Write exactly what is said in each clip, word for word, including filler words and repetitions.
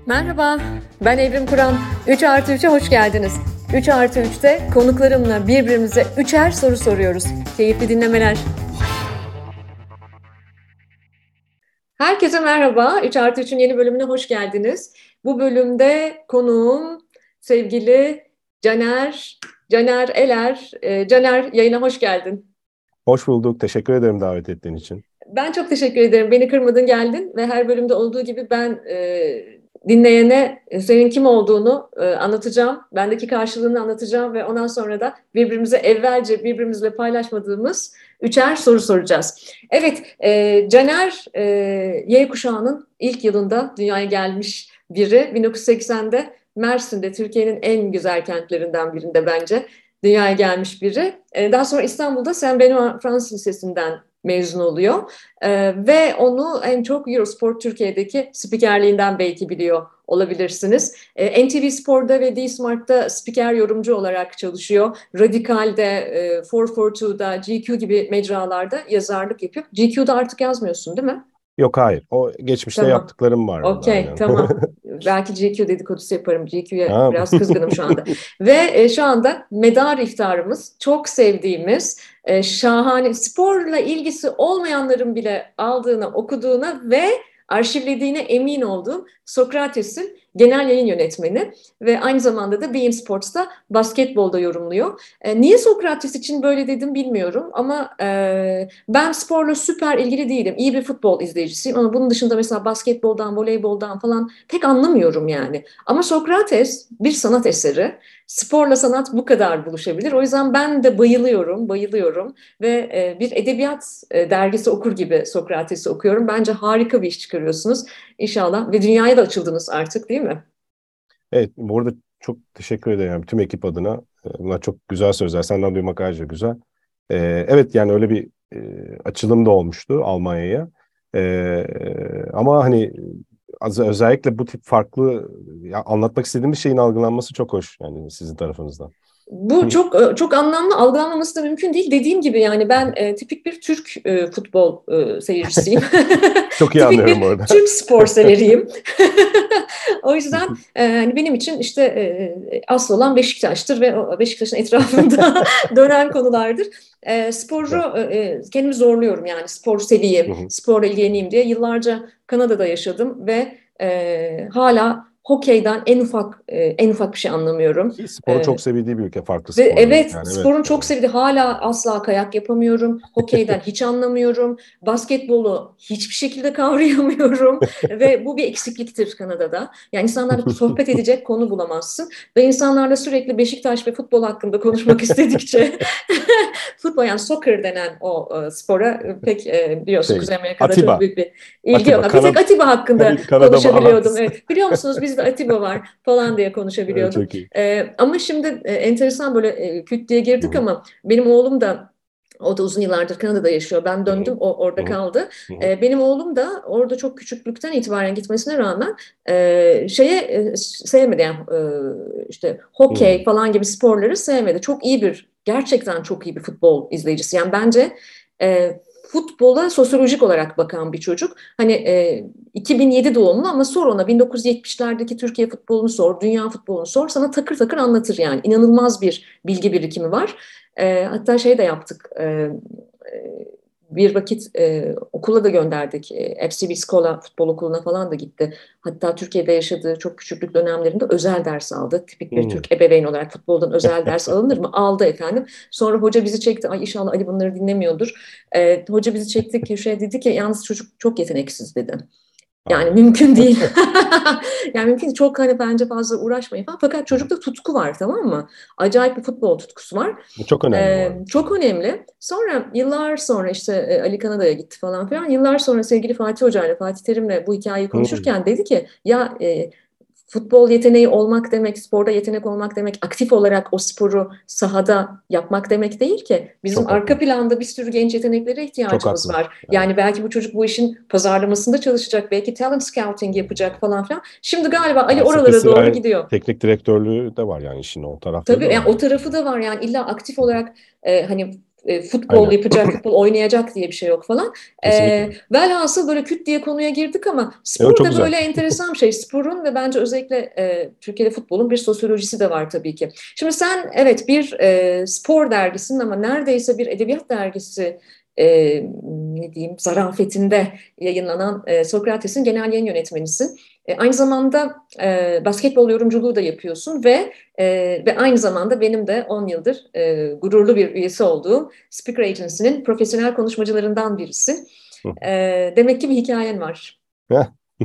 Merhaba, ben Evrim Kur'an. üç artı üçe hoş geldiniz. üç artı üçte konuklarımla birbirimize üçer soru soruyoruz. Keyifli dinlemeler. Herkese merhaba, üç artı üçün yeni bölümüne hoş geldiniz. Bu bölümde konuğum sevgili Caner, Caner Eler. Ee, Caner, yayına hoş geldin. Hoş bulduk. Teşekkür ederim davet ettiğin için. Ben çok teşekkür ederim. Beni kırmadın, geldin ve her bölümde olduğu gibi ben e, dinleyene senin kim olduğunu e, anlatacağım. Bendeki karşılığını anlatacağım ve ondan sonra da birbirimize evvelce birbirimizle paylaşmadığımız üçer soru soracağız. Evet, e, Caner e, Y kuşağının ilk yılında dünyaya gelmiş biri. bin dokuz yüz seksende Mersin'de, Türkiye'nin en güzel kentlerinden birinde bence dünyaya gelmiş biri. E, daha sonra İstanbul'da Saint Benoît Fransız Lisesi'nden mezun oluyor. Ee, ve onu en çok Eurosport Türkiye'deki spikerliğinden belki biliyor olabilirsiniz. Ee, N T V Spor'da ve D-Smart'ta spiker yorumcu olarak çalışıyor. Radikal'de, e, dört yüz kırk ikide, G Q gibi mecralarda yazarlık yapıyor. G Q'da artık yazmıyorsun değil mi? Yok, hayır. O geçmişte Tamam. yaptıklarım var orada, Okey, aynen. tamam. Belki G Q dedikodusu yaparım. G Q'ye Ha. biraz kızgınım şu anda. Ve e, şu anda medar iftarımız, çok sevdiğimiz, e, şahane, sporla ilgisi olmayanların bile aldığına, okuduğuna ve arşivlediğine emin olduğum Sokrates'in genel yayın yönetmeni ve aynı zamanda da beIN Sports'ta basketbolda yorumluyor. E, niye Sokrates için böyle dedim bilmiyorum ama e, ben sporla süper ilgili değilim. İyi bir futbol izleyicisiyim ama bunun dışında mesela basketboldan, voleyboldan falan pek anlamıyorum yani. Ama Sokrates bir sanat eseri. Sporla sanat bu kadar buluşabilir. O yüzden ben de bayılıyorum, bayılıyorum ve e, bir edebiyat e, dergisi okur gibi Sokrates'i okuyorum. Bence harika bir iş çıkarıyorsunuz inşallah ve dünyaya da açıldınız artık değil mi? Evet, bu arada çok teşekkür ederim tüm ekip adına. Ee, Bunlar çok güzel sözler. Senden duymak ayrıca güzel. Ee, evet, yani öyle bir e, açılım da olmuştu Almanya'ya. Ee, ama hani az- özellikle bu tip farklı ya, anlatmak istediğimiz şeyin algılanması çok hoş yani sizin tarafınızdan. Bu çok e, çok anlamlı algılanmaması da mümkün değil. Dediğim gibi yani ben e, tipik bir Türk e, futbol e, seyircisiyim. Çok iyi Tipik anlıyorum bir orada. Türk spor severiyim. O yüzden e, hani benim için işte e, asıl olan Beşiktaş'tır ve o Beşiktaş'ın etrafında dönen konulardır. E, Güzel. sporu e, kendimi zorluyorum yani spor seveyim, Hı hı. sporla ilgileneyim diye. Yıllarca Kanada'da yaşadım ve e, hala hokeyden en ufak e, en ufak bir şey anlamıyorum. Ki sporun E, çok sevildiği bir ülke, farklı ve sporların. evet, Yani evet. sporun çok Yani. sevdiği, hala asla kayak yapamıyorum. Hokeyden hiç anlamıyorum. Basketbolu hiçbir şekilde kavrayamıyorum. Ve bu bir eksikliktir Kanada'da. Yani insanlarla sohbet edecek konu bulamazsın. Ve insanlarla sürekli Beşiktaş ve futbol hakkında konuşmak istedikçe futbol, yani soccer denen o e, spora e, pek e, biliyorsun Şey, Kuzey Amerika'da çok Atiba. büyük bir ilgi Atiba. yok. Bir tek Kanada, Atiba hakkında Kanada konuşabiliyordum. bağlantısı. Evet. Biliyor musunuz bizde Atiba var falan diye Evet, konuşabiliyordum. çok iyi. Ee, ama şimdi e, enteresan böyle e, küt diye Hı girdik hı, ama benim oğlum da, o da uzun yıllardır Kanada'da yaşıyor. Ben hı hı, döndüm, o hı orada hı, kaldı. hı hı, Ee, benim oğlum da orada çok küçüklükten itibaren gitmesine rağmen e, şeye e, sevmedi yani e, işte hı. hokey falan gibi sporları sevmedi. Çok iyi bir, gerçekten çok iyi bir futbol izleyicisi. Yani bence e, futbola sosyolojik olarak bakan bir çocuk. Hani e, iki bin yedi doğumlu ama sor ona bin dokuz yüz yetmişlerdeki Türkiye futbolunu sor, dünya futbolunu sor, sana takır takır anlatır yani. İnanılmaz bir bilgi birikimi var. E, hatta şey de yaptık. E, e, bir vakit e, okula da gönderdik. E, F C B Skola futbol okuluna falan da gitti. Hatta Türkiye'de yaşadığı çok küçüklük dönemlerinde özel ders aldı. Tipik bir Hı. Türk ebeveyn olarak futboldan özel ders alınır mı? Aldı efendim. Sonra hoca bizi çekti. Ay inşallah Ali bunları dinlemiyordur. E, hoca bizi çekti köşeye, dedi ki yalnız çocuk çok yeteneksiz dedi. Yani Anladım. mümkün değil. Yani mümkün değil. Çok hani bence fazla uğraşmayın falan. Fakat Hı hı. çocukta tutku var, tamam mı? Acayip bir futbol tutkusu var. Bu çok önemli bu Ee, arada. çok önemli. Sonra yıllar sonra işte e, Ali Kanada'ya gitti falan filan. Yıllar sonra sevgili Fatih Hoca ile Fatih Terim'le bu hikayeyi Hı. konuşurken dedi ki ya e, futbol yeteneği olmak demek, sporda yetenek olmak demek, aktif olarak o sporu sahada yapmak demek değil ki. Bizim Çok arka haklı. planda bir sürü genç yeteneklere Çok ihtiyacımız haklı. var. Evet. Yani belki bu çocuk bu işin pazarlamasında çalışacak, belki talent scouting yapacak falan filan. Şimdi galiba Ali oralara Felsefesi doğru ve gidiyor. teknik direktörlüğü de var yani işin o tarafları Tabii da yani var o yani. tarafı da var yani illa aktif olarak e, hani e, futbol Aynen. yapacak, futbol oynayacak diye bir şey yok falan. E, Kesinlikle. velhasıl böyle küt diye konuya girdik ama Evet, spor çok da güzel. böyle enteresan bir şey. Sporun ve bence özellikle e, Türkiye'de futbolun bir sosyolojisi de var tabii ki. Şimdi sen evet bir e, spor dergisinin ama neredeyse bir edebiyat dergisi e, ne diyeyim zarafetinde yayınlanan e, Sokrates'in genel yayın yönetmenisin. E, aynı zamanda e, basketbol yorumculuğu da yapıyorsun ve e, ve aynı zamanda benim de on yıldır e, gururlu bir üyesi olduğum Speaker Agency'nin profesyonel konuşmacılarından birisi. Hı. E, demek ki bir hikayen var. Heh.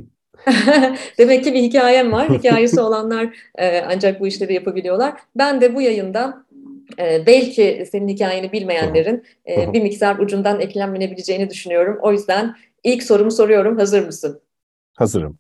Demek ki bir hikayem var. Hikayesi olanlar e, ancak bu işleri yapabiliyorlar. Ben de bu yayında e, belki senin hikayeni Hı hı. bilmeyenlerin Hı e, hı. bir miktar ucundan eklemlenebileceğini düşünüyorum. O yüzden ilk sorumu soruyorum. Hazır mısın? Hazırım.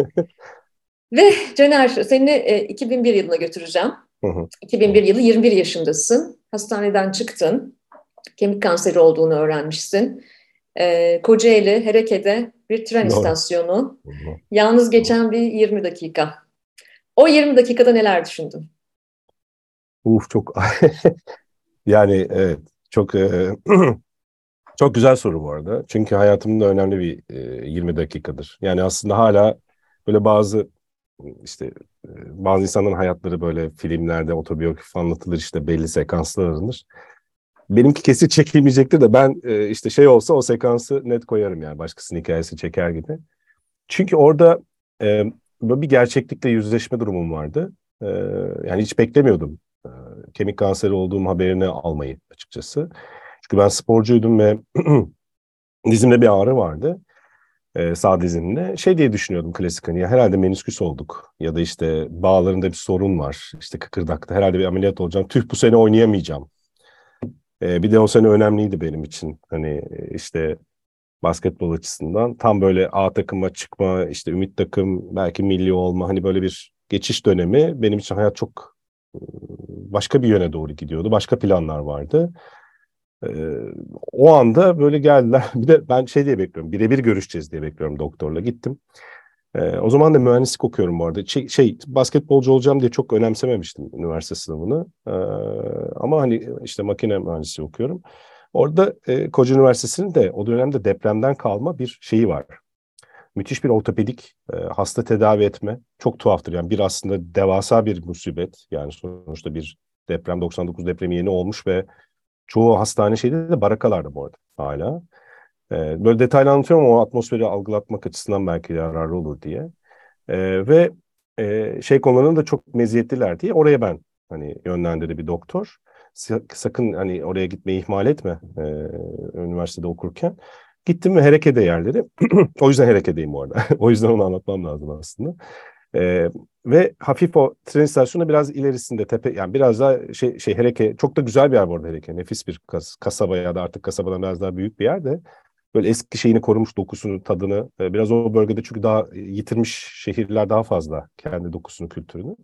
Ve Caner, seni e, iki bin bir yılına götüreceğim. Hı hı. iki bin bir yılı yirmi bir yaşındasın. Hastaneden çıktın. Kemik kanseri olduğunu öğrenmişsin. E, Kocaeli, Hereke'de bir tren Doğru. istasyonu. Hı hı. Yalnız Hı hı. geçen bir yirmi dakika. O yirmi dakikada neler düşündün? Uf, çok yani evet, çok e, çok güzel soru bu arada. Çünkü hayatımın da önemli bir e, yirmi dakikadır. Yani aslında hala böyle bazı işte e, bazı insanların hayatları böyle filmlerde otobiyografi anlatılır, işte belli sekanslar alınır. Benimki kesin çekilmeyecektir de ben e, işte şey olsa o sekansı net koyarım, yani başkasının hikayesi çeker gibi. Çünkü orada e, böyle bir gerçeklikle yüzleşme durumum vardı. E, Yani hiç beklemiyordum e, kemik kanseri olduğum haberini almayı açıkçası. Çünkü ben sporcuydum ve dizimde bir ağrı vardı. E, sağ dizimde. Şey diye düşünüyordum klasik, hani ya herhalde menisküs olduk. Ya da işte bağlarında bir sorun var. İşte kıkırdakta herhalde bir ameliyat olacağım. Tüh, bu sene oynayamayacağım. E, bir de o sene önemliydi benim için. Hani e, işte basketbol açısından. Tam böyle A takıma çıkma, işte ümit takım, belki milli olma, hani böyle bir geçiş dönemi. Benim için hayat çok e, başka bir yöne doğru gidiyordu. Başka planlar vardı. Ee, O anda böyle geldiler. Bir de ben şey diye bekliyorum. Birebir görüşeceğiz diye bekliyorum doktorla. Gittim. Ee, o zaman da mühendislik okuyorum bu arada. Şey, şey basketbolcu olacağım diye çok önemsememiştim üniversite sınavını. Ee, ama hani işte makine mühendisliği okuyorum. Orada e, Koca Üniversitesi'nin de o dönemde depremden kalma bir şeyi var. Müthiş bir ortopedik e, hasta tedavi etme. Çok tuhaftır. Yani bir aslında devasa bir musibet. Yani sonuçta bir deprem, doksan dokuz depremi yeni olmuş ve çoğu hastane şeyde de barakalarda bu arada hala. Ee, böyle detaylı anlatıyorum ama o atmosferi algılatmak açısından belki yararlı olur diye. Ee, ve e, şey konularında da çok meziyetliler diye oraya ben hani yönlendirdi bir doktor. Sa- Sakın hani oraya gitmeyi ihmal etme e, üniversitede okurken. Gittim ve Hereke'de yerleri. O yüzden Hereke'deyim bu arada. O yüzden onu anlatmam lazım aslında. Ee, Ve hafif o tren istasyonu biraz ilerisinde tepe, yani biraz daha şey, şey Hereke çok da güzel bir yer bu arada Hereke. Nefis bir kas, kasaba ya da artık kasabadan biraz daha büyük bir yer de böyle eski şeyini korumuş, dokusunu, tadını e, biraz o bölgede, çünkü daha yitirmiş şehirler daha fazla kendi dokusunu, kültürünü.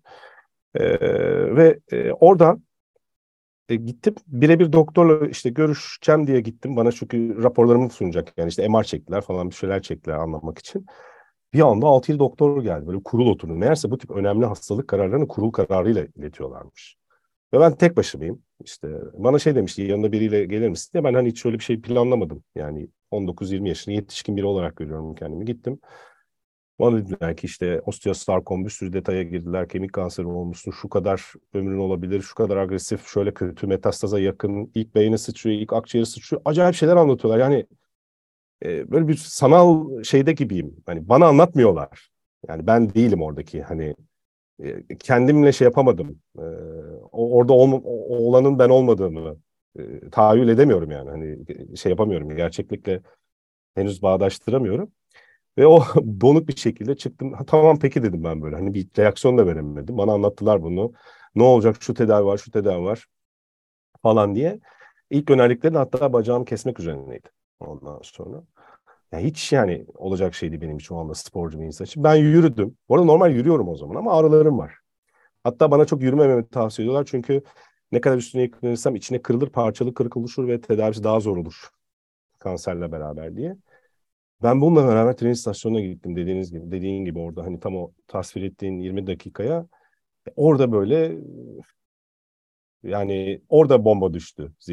Ee, ve e, oradan e, gittim birebir doktorla işte görüşeceğim diye gittim. Bana çünkü raporlarımı sunacak, yani işte M R çektiler falan, bir şeyler çektiler anlamak için. Bir anda altı yedi doktor geldi. Böyle kurul oturdu. Meğerse bu tip önemli hastalık kararlarını kurul kararıyla iletiyorlarmış. Ve ben tek başımayım. İşte bana şey demişti, yanında biriyle gelir misin diye. Ben hani hiç öyle bir şey planlamadım. Yani on dokuz yirmi yaşında yetişkin biri olarak görüyorum kendimi. Gittim. Bana dediler ki işte osteosarkom, bir sürü detaya girdiler. Kemik kanseri olmuşsun, şu kadar ömrün olabilir, şu kadar agresif, şöyle kötü, metastaza yakın, ilk beyne sıçrıyor, ilk akciğere sıçrıyor. Acayip şeyler anlatıyorlar. Yani e, böyle bir sanal şeyde gibiyim. Hani bana anlatmıyorlar. Yani ben değilim oradaki, hani e, kendimle şey yapamadım. E, o- orada olma, o- olanın ben olmadığımı e, tahayyül edemiyorum yani. Hani e, şey yapamıyorum. Gerçeklikle henüz bağdaştıramıyorum. Ve o donuk bir şekilde çıktım. Ha, tamam peki dedim ben böyle. Hani bir reaksiyon da veremedim. Bana anlattılar bunu. Ne olacak? Şu tedavi var, şu tedavi var falan diye. İlk önerdikleri hatta bacağımı kesmek üzerineydi. Ondan sonra. Ya hiç yani olacak şeydi benim için o anda, sporcu bir insan için. Ben yürüdüm. Bu arada normal yürüyorum o zaman ama ağrılarım var. Hatta bana çok yürümememi tavsiye ediyorlar. Çünkü ne kadar üstüne yüklenirsem içine kırılır, parçalı kırık oluşur ve tedavisi daha zor olur kanserle beraber diye. Ben bununla beraber tren istasyonuna gittim, dediğiniz gibi. Dediğin gibi orada hani tam o tasvir ettiğin yirmi dakikaya. Orada böyle, yani orada bomba düştü zihnime.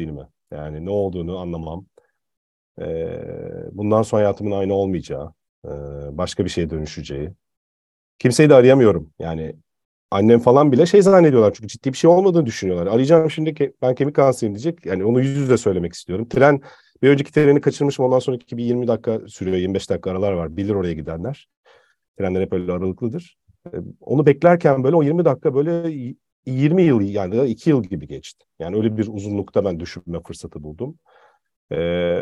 Yani ne olduğunu anlamam. Ee, bundan sonra hayatımın aynı olmayacağı, e, başka bir şeye dönüşeceği. Kimseyi de arayamıyorum. Yani annem falan bile şey zannediyorlar çünkü ciddi bir şey olmadığını düşünüyorlar. Arayacağım şimdi ke ben kemik kanseriyim diyecek. Yani onu yüz yüze söylemek istiyorum. Tren, bir önceki treni kaçırmışım. Ondan sonraki bir yirmi dakika sürüyor. yirmi beş dakika aralar var. Bilir oraya gidenler. Trenler hep öyle aralıklıdır. Ee, onu beklerken böyle o yirmi dakika böyle yirmi yıl yani iki yıl gibi geçti. Yani öyle bir uzunlukta ben düşünme fırsatı buldum. Ee,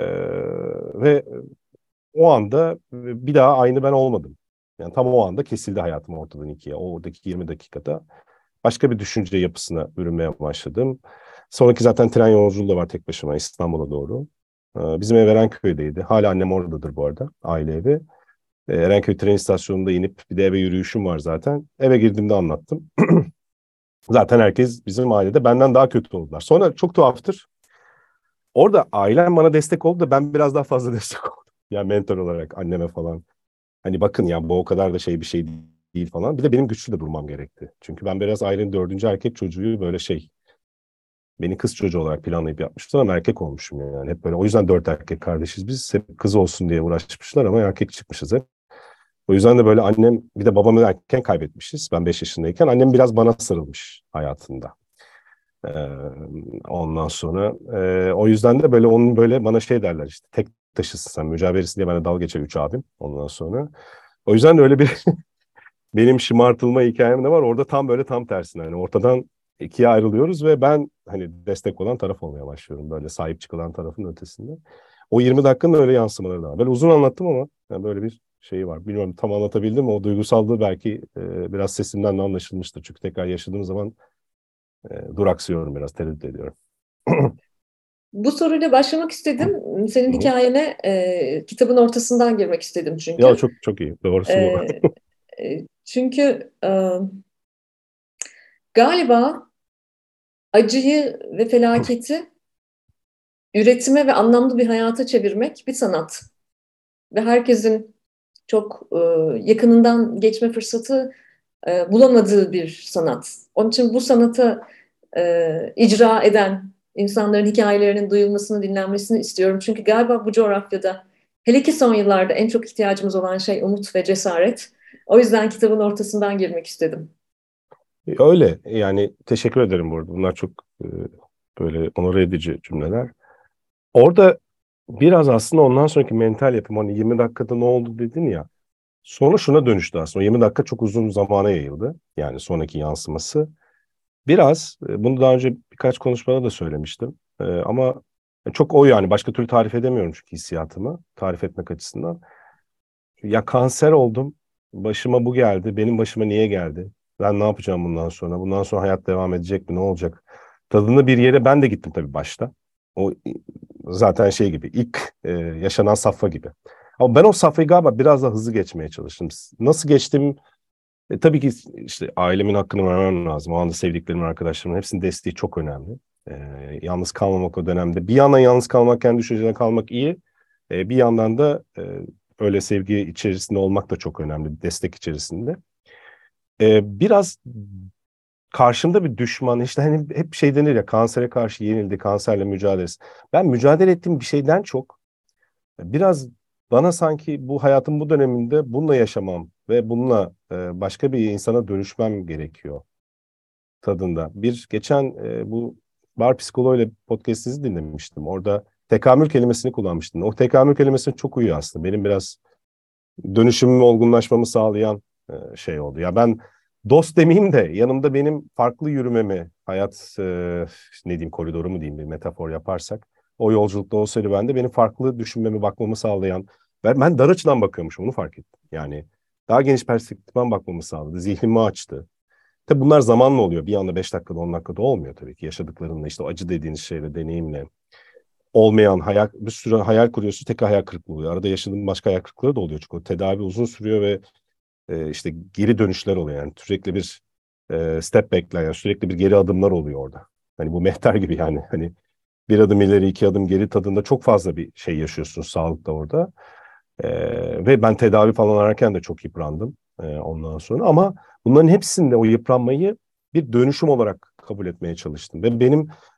ve o anda bir daha aynı ben olmadım. Yani tam o anda kesildi hayatım ortadan ikiye. Oradaki yirmi dakikada başka bir düşünce yapısına bürünmeye başladım. Sonraki zaten tren yolculuğu da var tek başıma İstanbul'a doğru. Ee, Bizim ev Erenköy'deydi. Hala annem oradadır bu arada. Aile evi. Ee, Erenköy tren istasyonunda inip bir de eve yürüyüşüm var zaten. Eve girdiğimde anlattım. Zaten herkes bizim ailede benden daha kötü oldular. Sonra çok tuhaftır. Orada ailem bana destek oldu da ben biraz daha fazla destek oldum. Yani mentor olarak anneme falan. Hani bakın ya bu o kadar da şey bir şey değil falan. Bir de benim güçlü de durmam gerekti. Çünkü ben biraz ailenin dördüncü erkek çocuğu böyle şey. Beni kız çocuğu olarak planlayıp yapmışlar ama erkek olmuşum yani. Hep böyle o yüzden dört erkek kardeşiz biz. Hep kız olsun diye uğraşmışlar ama erkek çıkmışız hep. O yüzden de böyle annem bir de babamı erken kaybetmişiz. Ben beş yaşındayken annem biraz bana sarılmış hayatında. Ee, ondan sonra e, o yüzden de böyle onun böyle bana şey derler işte tek taşısın sen mücavirisin diye bana dalga geçer üç abim ondan sonra. O yüzden de öyle bir benim şımartılma hikayem de var. Orada tam böyle tam tersine hani ortadan ikiye ayrılıyoruz ve ben hani destek olan taraf olmaya başlıyorum. Böyle sahip çıkılan tarafın ötesinde. O yirmi dakikanın öyle yansımaları da var. Böyle uzun anlattım ama yani böyle bir şeyi var. Bilmiyorum tam anlatabildim mi? O duygusallığı belki e, biraz sesimden de anlaşılmıştır. Çünkü tekrar yaşadığım zaman e, duraksıyorum biraz, tereddüt ediyorum. Bu soruyla başlamak istedim. Senin Hı hı. hikayene e, kitabın ortasından girmek istedim Ya çünkü. çok çok iyi. Doğrusu bu. E, e, çünkü e, galiba acıyı ve felaketi üretime ve anlamlı bir hayata çevirmek bir sanat. Ve herkesin çok e, yakınından geçme fırsatı e, bulamadığı bir sanat. Onun için bu sanata e, icra eden insanların hikayelerinin duyulmasını, dinlenmesini istiyorum. Çünkü galiba bu coğrafyada, hele ki son yıllarda en çok ihtiyacımız olan şey umut ve cesaret. O yüzden kitabın ortasından girmek istedim. Öyle yani teşekkür ederim bu arada. Bunlar çok e, böyle onore edici cümleler. Orada biraz aslında ondan sonraki mental yapım hani yirmi dakikada ne oldu dedin ya. Sonra şuna dönüştü aslında. yirmi dakika çok uzun zamana yayıldı. Yani sonraki yansıması. Biraz e, bunu daha önce birkaç konuşmada da söylemiştim. E, ama çok o yani başka türlü tarif edemiyorum çünkü hissiyatımı tarif etmek açısından. Ya kanser oldum. Başıma bu geldi. Benim başıma niye geldi? Ben ne yapacağım bundan sonra? Bundan sonra hayat devam edecek mi? Ne olacak? Tadında bir yere ben de gittim tabii başta. O zaten şey gibi ilk e, yaşanan safha gibi. Ama ben o safhayı galiba biraz daha hızlı geçmeye çalıştım. Nasıl geçtim? E, tabii ki işte ailemin hakkını vermem lazım. O anda sevdiklerimin, arkadaşlarımın hepsinin desteği çok önemli. E, yalnız kalmamak o dönemde. Bir yandan yalnız kalmak, kendi düşüncelerine kalmak iyi. E, bir yandan da e, öyle sevgi içerisinde olmak da çok önemli. Destek içerisinde. E, biraz karşımda bir düşman işte hani hep şey denir ya kansere karşı yenildi, kanserle mücadelesi. Ben mücadele ettiğim bir şeyden çok biraz bana sanki bu hayatın bu döneminde bununla yaşamam ve bununla e, başka bir insana dönüşmem gerekiyor tadında. Bir geçen e, bu bar psikoloğuyla podcast'inizi dinlemiştim. Orada tekamül kelimesini kullanmıştın. O tekamül kelimesine çok uyuyor aslında. Benim biraz dönüşümümü, olgunlaşmamı sağlayan e, şey oldu. Ya ben dost demeyeyim de yanımda benim farklı yürümemi, hayat e, ne diyeyim koridoru mu diyeyim bir metafor yaparsak o yolculukta olsaydı ben de benim farklı düşünmemi, bakmamı sağlayan ben, ben dar açıdan bakıyormuşum onu fark ettim. Yani daha geniş perspektiften bakmamı sağladı, zihnimi açtı. Tabii bunlar zamanla oluyor. Bir anda beş dakikada, on dakikada olmuyor tabii ki. Yaşadıklarınla, işte o acı dediğiniz şeyle, deneyimle olmayan hayal, bir sürü hayal kuruyorsun, tekrar hayal kırıklığı oluyor. Arada yaşadığın başka hayal kırıklığı da oluyor çünkü o tedavi uzun sürüyor ve e, işte geri dönüşler oluyor yani sürekli bir e, step back'ler yani sürekli bir geri adımlar oluyor orada. Hani bu mehter gibi yani hani bir adım ileri iki adım geri tadında çok fazla bir şey yaşıyorsun sağlıkta orada. E, ve ben tedavi falan ararken de çok yıprandım e, ondan sonra ama bunların hepsinde o yıpranmayı bir dönüşüm olarak kabul etmeye çalıştım ve benim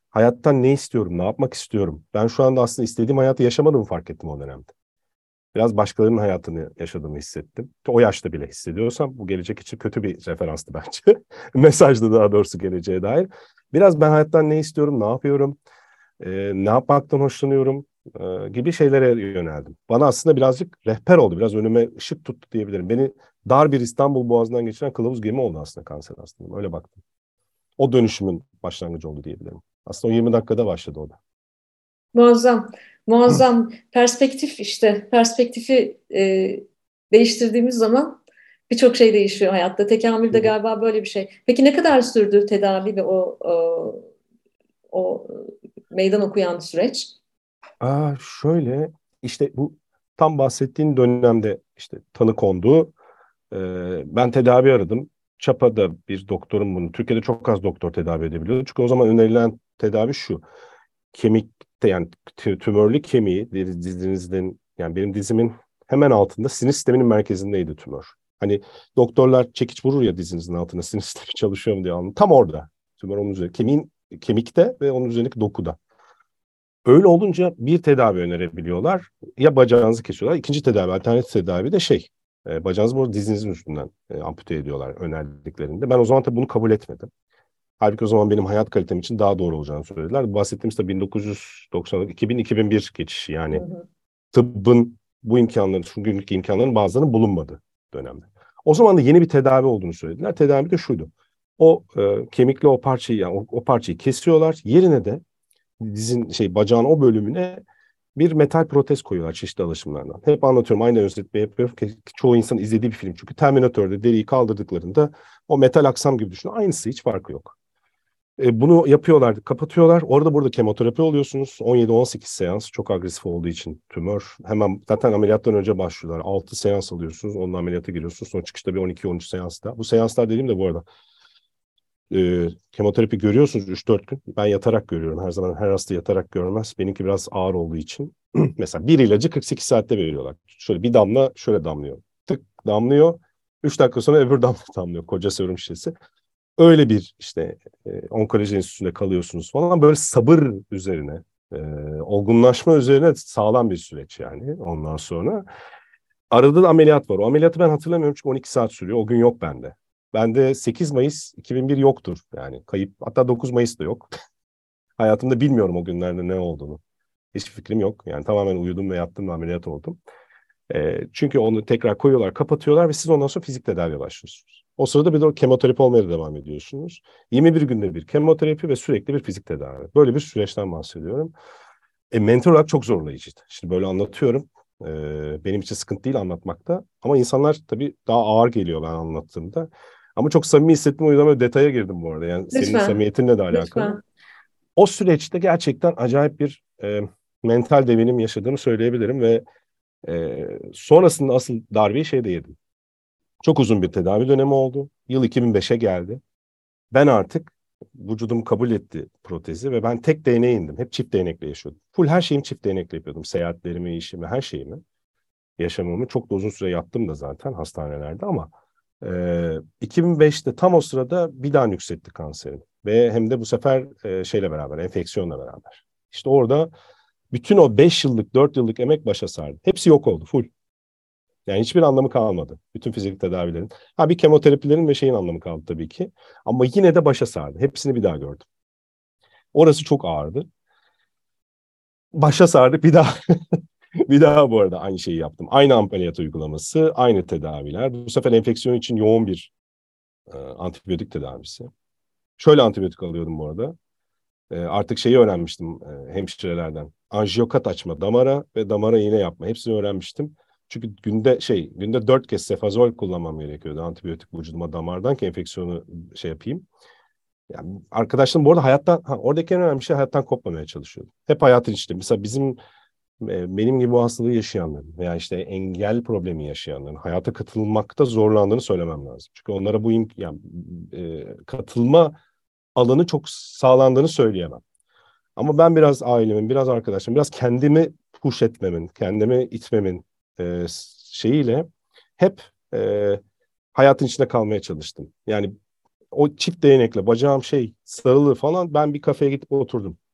hayattan ne istiyorum, ne yapmak istiyorum? Ben şu anda aslında istediğim hayatı yaşamadığımı fark ettim o dönemde. Biraz başkalarının hayatını yaşadığımı hissettim. O yaşta bile hissediyorsam bu gelecek için kötü bir referanstı bence. Mesajdı daha doğrusu geleceğe dair. Biraz ben hayattan ne istiyorum, ne yapıyorum, e, ne yapmaktan hoşlanıyorum e, gibi şeylere yöneldim. Bana aslında birazcık rehber oldu, biraz önüme ışık tuttu diyebilirim. Beni dar bir İstanbul Boğazı'ndan geçiren kılavuz gemi oldu aslında kanser hastalığım. Öyle baktım. O dönüşümün başlangıcı oldu diyebilirim. Aslında o yirmi dakikada başladı o da. Muazzam, muazzam. Perspektif işte, perspektifi e, değiştirdiğimiz zaman birçok şey değişiyor hayatta. Tekamül de galiba böyle bir şey. Peki ne kadar sürdü tedavi ve o o, o meydan okuyan süreç? Aa, şöyle işte bu tam bahsettiğin dönemde işte tanı kondu. Ee, ben tedavi aradım. Çapa'da bir doktorum bunu. Türkiye'de çok az doktor tedavi edebiliyordu. Çünkü o zaman önerilen tedavi şu. Kemikte yani tü- tümörlü kemiği dizinizin yani benim dizimin hemen altında sinir sisteminin merkezindeydi tümör. Hani doktorlar çekiç vurur ya dizinizin altına sinir sistemi çalışıyor mu diye anlıyor. Tam orada. Tümör onun üzerinde. Kemiğin kemikte ve onun üzerindeki dokuda. Öyle olunca bir tedavi önerebiliyorlar. Ya bacağınızı kesiyorlar. İkinci tedavi, alternatif tedavi de şey. E, bacağınızı bu arada dizinizin üstünden e, ampute ediyorlar önerdiklerinde. Ben o zaman tabii bunu kabul etmedim. Halbuki o zaman benim hayat kalitem için daha doğru olacağını söylediler. Bahsettiğimiz de bin dokuz yüz doksan, iki bin iki bin bir geçişi Hı yani hı. tıbbın bu imkanları, şu günkü imkanların bazılarının bulunmadı dönemde. O zaman da yeni bir tedavi olduğunu söylediler. Tedavi de şuydu. O e, kemikle o parçayı yani o, o parçayı kesiyorlar. Yerine de dizin şey bacağın o bölümüne bir metal protez koyuyorlar çeşitli alışımlardan. Hep anlatıyorum, aynı özetmeyi yapıyorum ki çoğu insan izlediği bir film. Çünkü Terminator'da deriyi kaldırdıklarında o metal aksam gibi düşünün. Aynısı, hiç farkı yok. E, bunu yapıyorlar, kapatıyorlar. Orada burada kemoterapi oluyorsunuz. on yedi on sekiz seans, çok agresif olduğu için tümör. Hemen zaten ameliyattan önce başlıyorlar. altı seans alıyorsunuz. Onunla ameliyata giriyorsunuz. Sonra çıkışta bir on iki on üç seansta. Bu seanslar dediğim de bu arada e, kemoterapi görüyorsunuz üç dört gün. Ben yatarak görüyorum. Her zaman her hasta yatarak görmez. Benimki biraz ağır olduğu için. Mesela bir ilacı kırk sekiz saatte veriyorlar. Şöyle bir damla şöyle damlıyor. Tık damlıyor. üç dakika sonra öbür damla damlıyor. Koca serum şişesi. Öyle bir işte e, onkoloji enstitüsünde kalıyorsunuz falan. Böyle sabır üzerine, e, olgunlaşma üzerine sağlam bir süreç yani ondan sonra. Arada da ameliyat var. O ameliyatı ben hatırlamıyorum çünkü on iki saat sürüyor. O gün yok bende. Bende sekiz Mayıs iki bin bir yoktur. Yani kayıp. Hatta dokuz Mayıs da yok. Hayatımda bilmiyorum o günlerde ne olduğunu. Hiçbir fikrim yok. Yani tamamen uyudum ve yattım ve ameliyat oldum. E, çünkü onu tekrar koyuyorlar, kapatıyorlar ve siz ondan sonra fizik tedaviye başlıyorsunuz. O sırada bir de kemoterapi olmaya da devam ediyorsunuz. yirmi bir günde bir kemoterapi ve sürekli bir fizik tedavi. Böyle bir süreçten bahsediyorum. E, mental olarak çok zorlayıcıydı. Şimdi böyle anlatıyorum. E, benim için sıkıntı değil anlatmakta. Ama insanlar tabii daha ağır geliyor ben anlattığımda. Ama çok samimi hissettim, o yüzden böyle detaya girdim bu arada. Yani senin Lütfen, samimiyetinle de alakalı. lütfen. O süreçte gerçekten acayip bir e, mental devinim yaşadığımı söyleyebilirim ve e, sonrasında asıl darbeyi şeyde yedim. Çok uzun bir tedavi dönemi oldu. Yıl iki bin beşe geldi. Ben artık vücudum kabul etti protezi ve ben tek değneğe indim. Hep çift değnekle yaşıyordum. Full her şeyimi çift değnekle yapıyordum. Seyahatlerimi, işimi, her şeyimi. Yaşamımı çok da uzun süre yattım da zaten hastanelerde ama e, iki bin beşte tam o sırada bir daha yükseltti kanserim. Ve hem de bu sefer e, şeyle beraber, enfeksiyonla beraber. İşte orada bütün o beş yıllık, dört yıllık emek başa sardı. Hepsi yok oldu, full. Yani hiçbir anlamı kalmadı. Bütün fizik tedavilerin. Ha bir kemoterapilerin ve şeyin anlamı kaldı tabii ki. Ama yine de başa sardı. Hepsini bir daha gördüm. Orası çok ağırdı. Başa sardı bir daha. Bir daha bu arada aynı şeyi yaptım. Aynı ameliyat uygulaması, aynı tedaviler. Bu sefer enfeksiyon için yoğun bir e, antibiyotik tedavisi. Şöyle antibiyotik alıyordum bu arada. E, artık şeyi öğrenmiştim e, hemşirelerden. Anjiyokat açma damara ve damara iğne yapma. Hepsini öğrenmiştim. Çünkü günde şey günde dört kez sefazol kullanmam gerekiyordu antibiyotik vücuduma damardan ki enfeksiyonu şey yapayım. Yani arkadaşlarım bu arada hayattan, ha, oradaki en önemli şey hayattan kopmamaya çalışıyordu. Hep hayatın içinde. Mesela bizim e, benim gibi bu hastalığı yaşayanların veya işte engel problemi yaşayanların hayata katılmakta zorlandığını söylemem lazım. Çünkü onlara bu imk- yani, e, katılma alanı çok sağlandığını söyleyemem. Ama ben biraz ailemin, biraz arkadaşlarım, biraz kendimi push etmemin, kendimi itmemin e, şeyiyle hep e, hayatın içinde kalmaya çalıştım. Yani o çift değnekle bacağım şey sarılı falan ben bir kafeye gidip oturdum.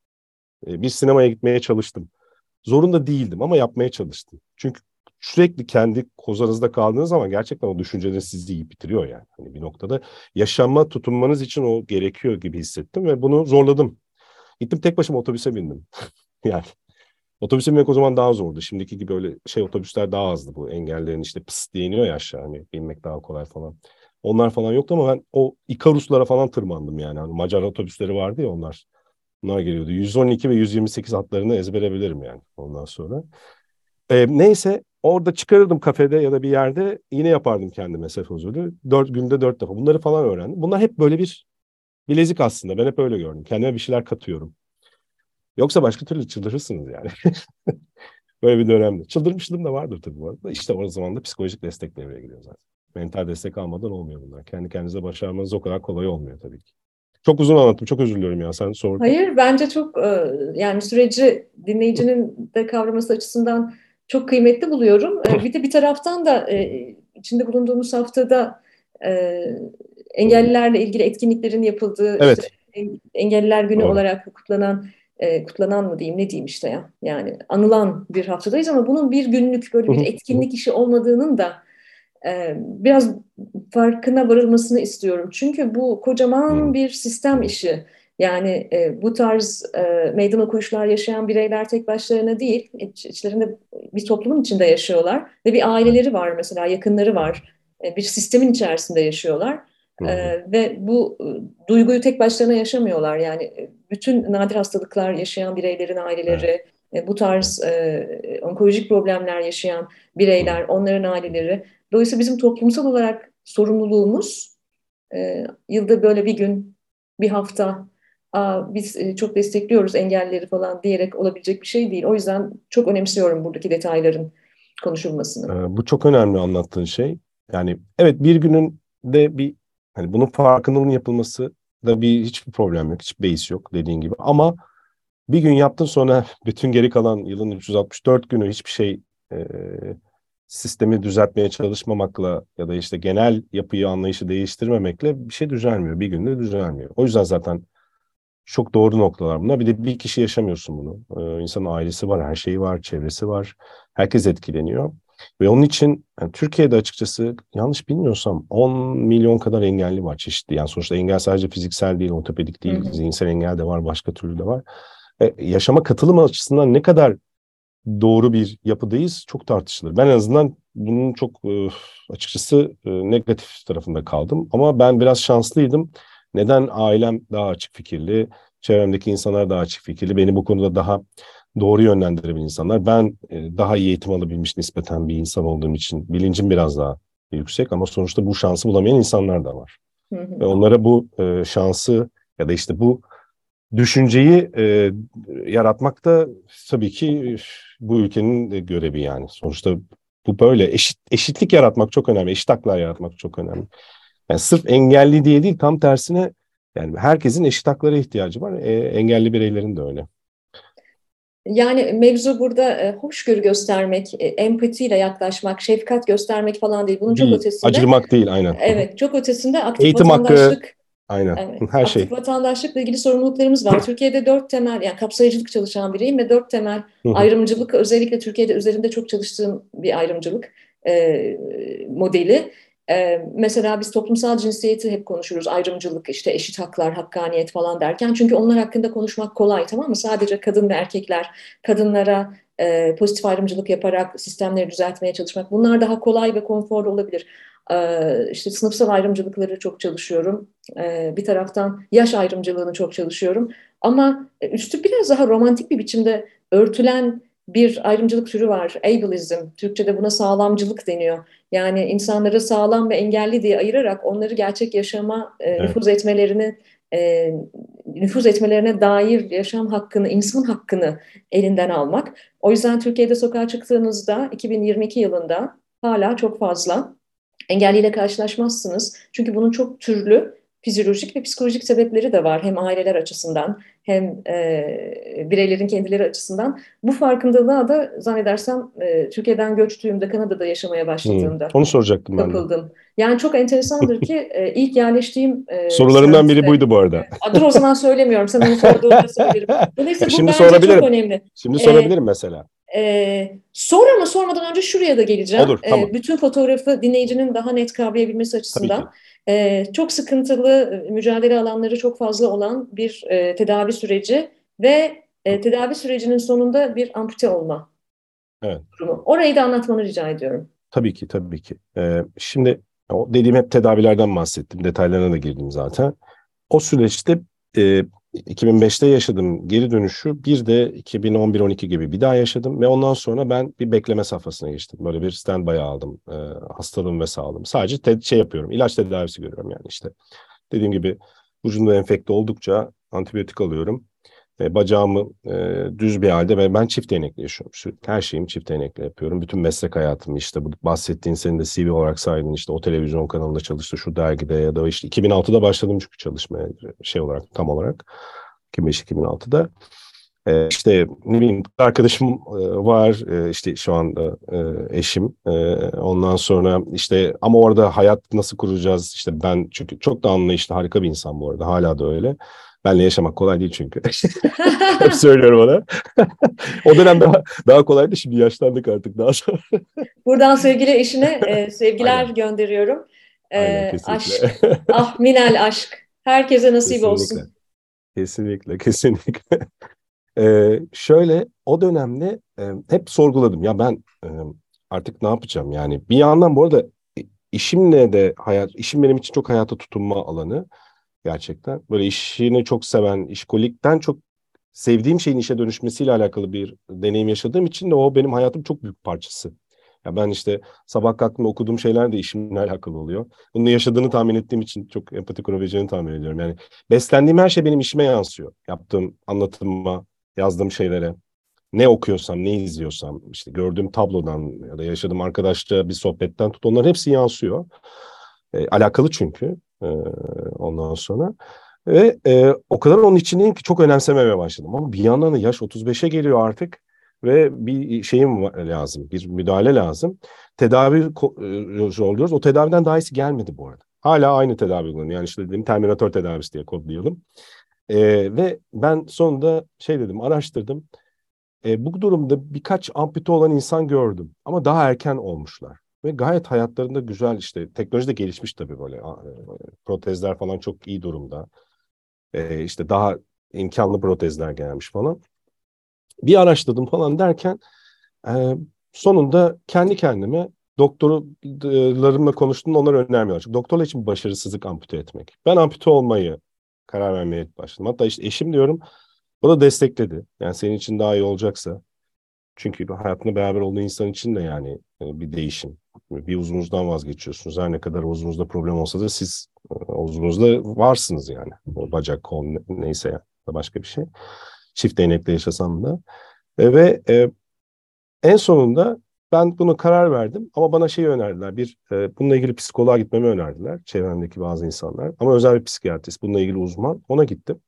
E, bir sinemaya gitmeye çalıştım. Zorunda değildim ama yapmaya çalıştım. Çünkü sürekli kendi kozanızda kaldığınız zaman gerçekten o düşünceler sizi yiyip bitiriyor yani. Hani bir noktada yaşama tutunmanız için o gerekiyor gibi hissettim ve bunu zorladım. Gittim tek başıma otobüse bindim. Yani otobüse binmek o zaman daha zordu. Şimdiki gibi öyle şey otobüsler daha azdı, bu engellerin işte pıs diye iniyor ya aşağı, hani binmek daha kolay falan. Onlar falan yoktu ama ben o Ikarus'lara falan tırmandım yani. Hani Macar otobüsleri vardı ya, onlar. Bunlar geliyordu. yüz on iki ve yüz yirmi sekiz hatlarını ezbere bilirim yani ondan sonra. Ee, neyse orada çıkarırdım kafede ya da bir yerde, yine yapardım kendime sefozülü. Dört günde dört defa. Bunları falan öğrendim. Bunlar hep böyle bir bilezik aslında. Ben hep öyle gördüm. Kendime bir şeyler katıyorum. Yoksa başka türlü çıldırırsınız yani. Böyle bir dönemde. Çıldırmışlığım da vardır tabii bu arada. İşte o zaman da psikolojik destek devreye giriyor zaten. Mental destek almadan olmuyor bunlar. Kendi kendinize başarmanız o kadar kolay olmuyor tabii ki. Çok uzun anlattım. Çok özür diliyorum ya. Sen sordun. Hayır, bence çok e, yani süreci dinleyicinin de kavraması açısından çok kıymetli buluyorum. E, Bir de bir taraftan da e, içinde bulunduğumuz haftada e, engellilerle ilgili etkinliklerin yapıldığı, işte Evet. en- Engelliler Günü Doğru. olarak kutlanan, e, kutlanan mı diyeyim, ne diyeyim işte ya. Yani anılan bir haftadayız ama bunun bir günlük böyle Hı bir hı, hı hı, etkinlik işi olmadığının da e, biraz farkına varılmasını istiyorum. Çünkü bu kocaman hı bir sistem hı, işi. Yani e, bu tarz e, meydan okuyuşlar yaşayan bireyler tek başlarına değil, iç, içlerinde bir toplumun içinde yaşıyorlar ve bir aileleri var, mesela yakınları var. E, bir sistemin içerisinde yaşıyorlar. hı E, hı, ve bu e, duyguyu tek başlarına yaşamıyorlar. Yani e, bütün nadir hastalıklar yaşayan bireylerin evet. aileleri, e, bu Evet. tarz e, onkolojik problemler yaşayan Hı hı, bireyler, onların hı hı. aileleri. Dolayısıyla bizim toplumsal olarak sorumluluğumuz e, yılda böyle bir gün, bir hafta, Aa, biz e, çok destekliyoruz engellileri falan diyerek olabilecek bir şey değil. O yüzden çok önemsiyorum buradaki detayların konuşulmasını. Ee, bu çok önemli anlattığın şey. Yani evet, bir günün de bir, hani bunun farkındalığının yapılması da bir hiçbir problem yok. Hiçbir beis yok dediğin gibi. Ama bir gün yaptın, sonra bütün geri kalan yılın üç yüz altmış dört günü hiçbir şey, e, sistemi düzeltmeye çalışmamakla ya da işte genel yapıyı, anlayışı değiştirmemekle bir şey düzelmiyor. Bir günde düzelmiyor. O yüzden zaten çok doğru noktalar bunlar. Bir de bir kişi yaşamıyorsun bunu. Ee, insanın ailesi var, her şeyi var, çevresi var. Herkes etkileniyor. Ve onun için yani Türkiye'de açıkçası yanlış bilmiyorsam on milyon kadar engelli var, çeşitli. Yani sonuçta engel sadece fiziksel değil, ortopedik Hı değil, hı. zihinsel engel de var, başka türlü de var. E, yaşama katılım açısından ne kadar doğru bir yapıdayız çok tartışılır. Ben en azından bunun çok e, açıkçası e, negatif tarafında kaldım. Ama ben biraz şanslıydım. Neden? Ailem daha açık fikirli, çevremdeki insanlar daha açık fikirli, beni bu konuda daha doğru yönlendirebilen insanlar. Ben e, daha iyi eğitim alabilmiş nispeten bir insan olduğum için bilincim biraz daha yüksek, ama sonuçta bu şansı bulamayan insanlar da var. Hı Ve hı. onlara bu e, şansı ya da işte bu düşünceyi e, yaratmak da tabii ki bu ülkenin de görevi yani. Sonuçta bu böyle eşit, eşitlik yaratmak çok önemli. Eşit haklar yaratmak çok önemli. Yani sırf engelli diye değil, tam tersine yani herkesin eşit haklara ihtiyacı var. E, engelli bireylerin de öyle. Yani mevzu burada e, hoşgörü göstermek, e, empatiyle yaklaşmak, şefkat göstermek falan değil. Bunun çok Değil, ötesinde, acırmak değil, aynen. Hı hı. evet, çok ötesinde aktif Eğitim hakkı, vatandaşlık. aynen. Evet, Her aktif şey. vatandaşlıkla ilgili sorumluluklarımız var. Türkiye'de dört temel, yani kapsayıcılık çalışan biriyim ve dört temel Hı hı. ayrımcılık, özellikle Türkiye'de üzerinde çok çalıştığım bir ayrımcılık e, modeli. E, mesela biz toplumsal cinsiyeti hep konuşuruz. Ayrımcılık, işte eşit haklar, hakkaniyet falan derken. Çünkü onlar hakkında konuşmak kolay, tamam mı? Sadece kadın ve erkekler, kadınlara e, pozitif ayrımcılık yaparak sistemleri düzeltmeye çalışmak. Bunlar daha kolay ve konforlu olabilir. E, işte sınıfsal ayrımcılıkları çok çalışıyorum. Ee, bir taraftan yaş ayrımcılığını çok çalışıyorum. Ama e, üstü biraz daha romantik bir biçimde örtülen bir ayrımcılık türü var. Ableism. Türkçe'de buna sağlamcılık deniyor. Yani insanları sağlam ve engelli diye ayırarak onları gerçek yaşama e, Evet. nüfuz etmelerini e, nüfuz etmelerine dair yaşam hakkını, insan hakkını elinden almak. O yüzden Türkiye'de sokağa çıktığınızda iki bin yirmi iki yılında hala çok fazla engelliyle karşılaşmazsınız. Çünkü bunun çok türlü fizyolojik ve psikolojik sebepleri de var. Hem aileler açısından hem e, bireylerin kendileri açısından. Bu farkındalığa da zannedersem e, Türkiye'den göçtüğümde, Kanada'da yaşamaya Hmm. başladığımda Onu soracaktım ben de. kapıldım. Yani çok enteresandır ki e, ilk yerleştiğim e, Sorularımdan biri semtte, buydu bu arada. e, dur o zaman söylemiyorum, sen onu sorduğunda söylerim. Dolayısıyla bu Şimdi bence çok sorabilirim. önemli. Şimdi E, sorabilirim mesela. Ee, sonra mı sormadan önce şuraya da geleceğim. Olur, Ee, tamam. bütün fotoğrafı dinleyicinin daha net kavrayabilmesi Tabii ki. açısından. Ee, çok sıkıntılı, e, mücadele alanları çok fazla olan bir e, tedavi süreci ve e, tedavi sürecinin sonunda bir ampute olma Evet. durumu. Orayı da anlatmanı rica ediyorum. Tabii ki, tabii ki. Ee, şimdi o dediğim hep tedavilerden bahsettim. Detaylarına da girdim zaten. O süreçte e, iki bin beşte yaşadım geri dönüşü. Bir de iki bin on bir on iki gibi bir daha yaşadım. Ve ondan sonra ben bir bekleme safhasına geçtim. Böyle bir standby aldım. E, hastalığım ve sağlığım. Sadece te- şey yapıyorum. İlaç tedavisi görüyorum yani işte. Dediğim gibi vücudumda enfekte oldukça antibiyotik alıyorum. E, bacağımı e, düz bir halde ve ben çift değnekli yaşıyorum. Sürekli her şeyimi çift değnekle yapıyorum. Bütün meslek hayatımı işte bu bahsettiğin senin de C V olarak saydın işte o televizyon kanalında çalıştı şu dergide ya da işte iki bin altıda başladım çünkü çalışmaya şey olarak tam olarak iki bin beş iki bin altıda. E, işte ne bileyim arkadaşım e, var e, işte şu anda e, eşim e, ondan sonra işte ama orada hayat nasıl kuracağız işte ben çünkü çok da anlayışlı harika bir insan bu arada hala da öyle. Benle yaşamak kolay değil çünkü. Hep söylüyorum ona. O dönem daha, daha kolaydı. Şimdi yaşlandık artık daha sonra. Buradan sevgili eşine e, sevgiler Aynen. gönderiyorum. Aynen E, kesinlikle. aşk, ah minel aşk. Herkese nasip Kesinlikle. olsun. Kesinlikle. Kesinlikle. Ee, şöyle o dönemde e, hep sorguladım. Ya ben e, artık ne yapacağım? Yani bir yandan bu arada e, işimle de hayat, işim benim için çok hayata tutunma alanı gerçekten. Böyle işini çok seven, işkolikten çok sevdiğim şeyin işe dönüşmesiyle alakalı bir deneyim yaşadığım için de o benim hayatım çok büyük parçası. Ya ben işte sabah kalktığımda okuduğum şeyler de işimle alakalı oluyor. Bunu yaşadığını tahmin ettiğim için çok empati kurabileceğini tahmin ediyorum. Yani beslendiğim her şey benim işime yansıyor. Yaptığım anlatıma, yazdığım şeylere, ne okuyorsam, ne izliyorsam, işte gördüğüm tablodan ya da yaşadığım arkadaşça bir sohbetten tut, onların hepsi yansıyor. E, alakalı çünkü e, ondan sonra. Ve e, o kadar onun içindeyim ki çok önemsememeye başladım. Ama bir yandan da yaş otuz beşe geliyor artık ve bir şeyim lazım, bir müdahale lazım. Tedavi ko- e, oluyoruz. O tedaviden daha iyisi gelmedi bu arada. Hala aynı tedavi kullanıyor. Yani işte dediğim Terminator tedavisi diye kodlayalım. E, ve ben sonunda şey dedim, araştırdım. E, bu durumda birkaç ampute olan insan gördüm. Ama daha erken olmuşlar. Ve gayet hayatlarında güzel işte teknoloji de gelişmiş tabii böyle. A- e, Protezler falan çok iyi durumda. E, işte daha imkanlı protezler gelmiş falan. Bir araştırdım falan derken e, sonunda kendi kendime doktorlarımla konuştum onlara önermiyorlar. Çünkü doktorlar için başarısızlık ampute etmek. Ben ampute olmayı karar vermeye başladım. Hatta işte eşim diyorum o da destekledi. Yani senin için daha iyi olacaksa. Çünkü hayatında beraber olduğu insan için de yani e, bir değişim. Bir uzvunuzdan vazgeçiyorsunuz. Her ne kadar uzvunuzda problem olsa da siz e, uzvunuzda varsınız yani. O bacak, kol ne- neyse ya da başka bir şey. Çift değnekle yaşasam da. E, ve e, en sonunda ben bunu karar verdim ama bana şeyi önerdiler. Bir e, bununla ilgili psikoloğa gitmemi önerdiler. Çevremdeki bazı insanlar. Ama özel bir psikiyatrist, bununla ilgili uzman. Ona gittim.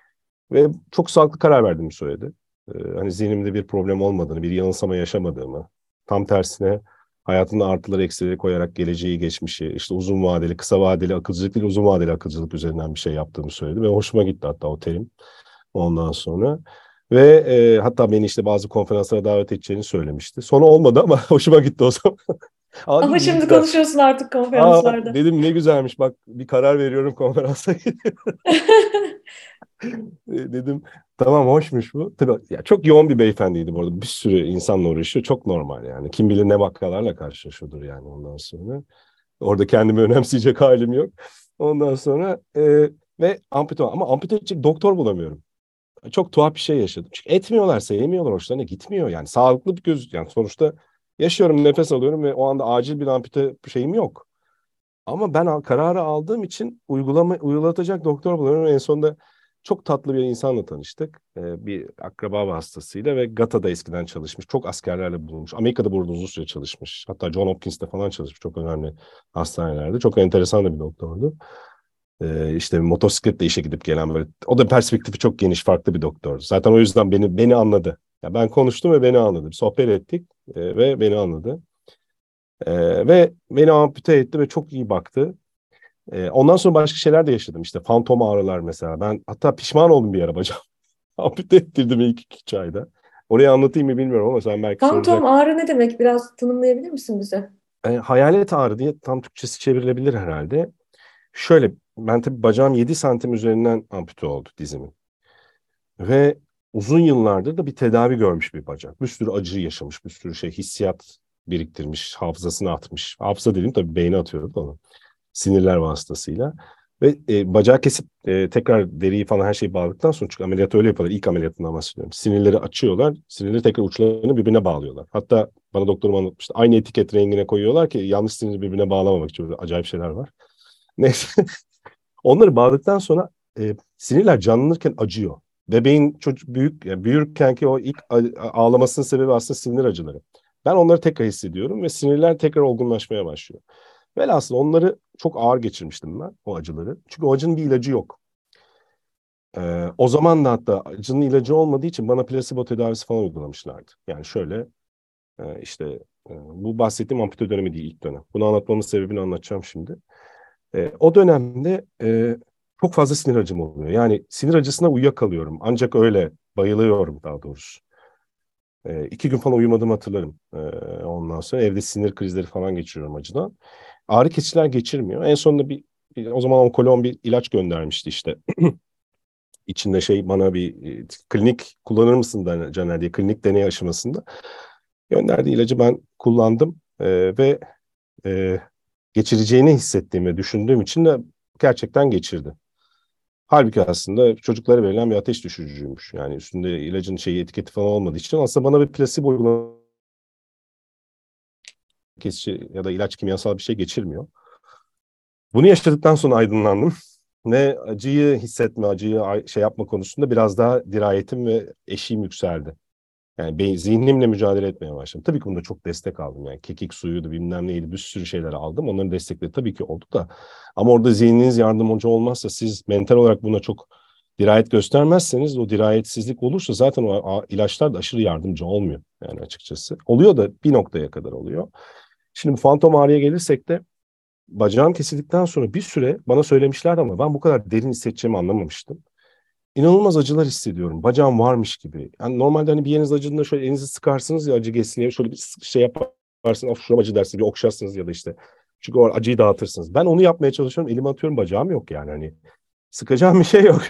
Ve çok sağlıklı karar verdiğimi söyledi. Ee, hani zihnimde bir problem olmadığını, bir yanılsama yaşamadığımı, tam tersine hayatında artıları eksileri koyarak geleceği, geçmişi, işte uzun vadeli, kısa vadeli akılcılık değil, uzun vadeli akılcılık üzerinden bir şey yaptığımı söyledi. Ve hoşuma gitti hatta o terim ondan sonra. Ve e, hatta beni işte bazı konferanslara davet edeceğini söylemişti. Sonra olmadı ama hoşuma gitti o zaman. Aa Ama dedim ne şimdi güzel. konuşuyorsun artık Aa konferanslarda. dedim ne güzelmiş bak bir karar veriyorum konferansa. E, Dedim tamam hoşmuş bu. Tabii ya çok yoğun bir beyefendiydi bu arada. Bir sürü insanla uğraşıyor. Çok normal yani. Kim bilir ne vakalarla karşılaşıyordur yani ondan sonra. Orada kendimi önemseyecek halim yok. Ondan sonra e, ve ampute ama ampute edecek doktor bulamıyorum. Çok tuhaf bir şey yaşadım. Çünkü etmiyorlarsa yemiyorlar hoşlarına gitmiyor yani. Sağlıklı bir göz yani sonuçta yaşıyorum nefes alıyorum ve o anda acil bir ampute şeyim yok. Ama ben al- kararı aldığım için uygulama uygulatacak doktor bulamıyorum. En sonunda çok tatlı bir insanla tanıştık. Ee, bir akraba vasıtasıyla ve GATA'da eskiden çalışmış. Çok askerlerle bulunmuş. Amerika'da burada uzun süre çalışmış. Hatta John Hopkins'te falan çalışmış. Çok önemli hastanelerde. Çok enteresan da bir doktordu. Ee, işte motosikletle işe gidip gelen böyle. O da perspektifi çok geniş, farklı bir doktordu. Zaten o yüzden beni beni anladı. Ya ben konuştum ve beni anladı. Sohbet ettik e, ve beni anladı. E, ve beni ampute etti ve çok iyi baktı. E, ondan sonra başka şeyler de yaşadım. İşte fantom ağrılar mesela. Ben hatta pişman oldum bir ara bacağım. Ampute ettirdim ilk iki üç ayda. Orayı anlatayım mı bilmiyorum ama sen belki Fantom soracak. ağrı ne demek? Biraz tanımlayabilir misin bize? E, hayalet ağrı diye tam Türkçesi çevrilebilir herhalde. Şöyle, ben tabii bacağım yedi santim üzerinden ampute oldu dizimin. Ve uzun yıllardır da bir tedavi görmüş bir bacak. Bir sürü acı yaşamış, bir sürü şey, hissiyat biriktirmiş, hafızasına atmış. Hafıza dediğim tabii beyne atıyordu da onu. Sinirler vasıtasıyla. Ve e, bacağı kesip e, tekrar deriyi falan her şeyi bağladıktan sonra, çünkü ameliyat öyle yapıyorlar. İlk ameliyatından bahsediyorum. Sinirleri açıyorlar, sinirleri tekrar uçlarını birbirine bağlıyorlar. Hatta bana doktorum anlatmıştı. Aynı etiket rengine koyuyorlar ki yanlış siniri birbirine bağlamamak için. Böyle acayip şeyler var. Neyse. Onları bağladıktan sonra e, sinirler canlanırken acıyor. Bebeğin çocuk büyük yani büyürken ki o ilk ağlamasının sebebi aslında sinir acıları. Ben onları tekrar hissediyorum ve sinirler tekrar olgunlaşmaya başlıyor. Velhasıl onları çok ağır geçirmiştim ben, o acıları. Çünkü o acının bir ilacı yok. Ee, o zaman da hatta acının ilacı olmadığı için bana plasebo tedavisi falan uygulamışlardı. Yani şöyle e, işte e, bu bahsettiğim ampute dönemi değil, ilk dönem. Bunu anlatmamın sebebini anlatacağım şimdi. E, o dönemde e, çok fazla sinir acım oluyor. Yani sinir acısına uyuyakalıyorum. Ancak öyle bayılıyorum daha doğrusu. E, iki gün falan uyumadığımı hatırlarım. E, ondan sonra evde sinir krizleri falan geçiriyorum acıdan. Ağrı kesiciler geçirmiyor. En sonunda bir, bir o zaman onkolog bir ilaç göndermişti işte. İçinde şey bana bir e, klinik kullanır mısın da Caner diye klinik deney aşamasında gönderdiği ilacı ben kullandım. E, ve e, geçireceğini hissettiğimi düşündüğüm için de gerçekten geçirdi. Halbuki aslında çocuklara verilen bir ateş düşürücüymüş. Yani üstünde ilacın şeyi etiketi falan olmadığı için aslında bana bir plasebo uygulaması, kesici ya da ilaç kimyasal bir şey geçirmiyor. Bunu yaşadıktan sonra aydınlandım. Ne acıyı hissetme, acıyı şey yapma konusunda biraz daha dirayetim ve eşiğim yükseldi. Yani beyin, zihnimle mücadele etmeye başladım. Tabii ki bunda çok destek aldım. Yani kekik suyuydu, bilmem neydi, bir sürü şeyler aldım. Onların destekleri tabii ki oldu da. Ama orada zihniniz yardımcı olmazsa, siz mental olarak buna çok dirayet göstermezseniz, o dirayetsizlik olursa zaten o a- ilaçlar da aşırı yardımcı olmuyor. Yani açıkçası. Oluyor da bir noktaya kadar oluyor. Şimdi bu fantom ağrıya gelirsek de bacağım kesildikten sonra bir süre bana söylemişlerdi ama ben bu kadar derin hissedeceğimi anlamamıştım. İnanılmaz acılar hissediyorum. Bacağım varmış gibi. Yani normalde hani bir yeriniz acıdığında şöyle elinizi sıkarsınız ya, acı geçsin diye şöyle bir şey yaparsınız. Of şuram acı dersiniz, bir okşarsınız ya da işte. Çünkü o acıyı dağıtırsınız. Ben onu yapmaya çalışıyorum. Elimi atıyorum, bacağım yok yani. Hani sıkacağım bir şey yok.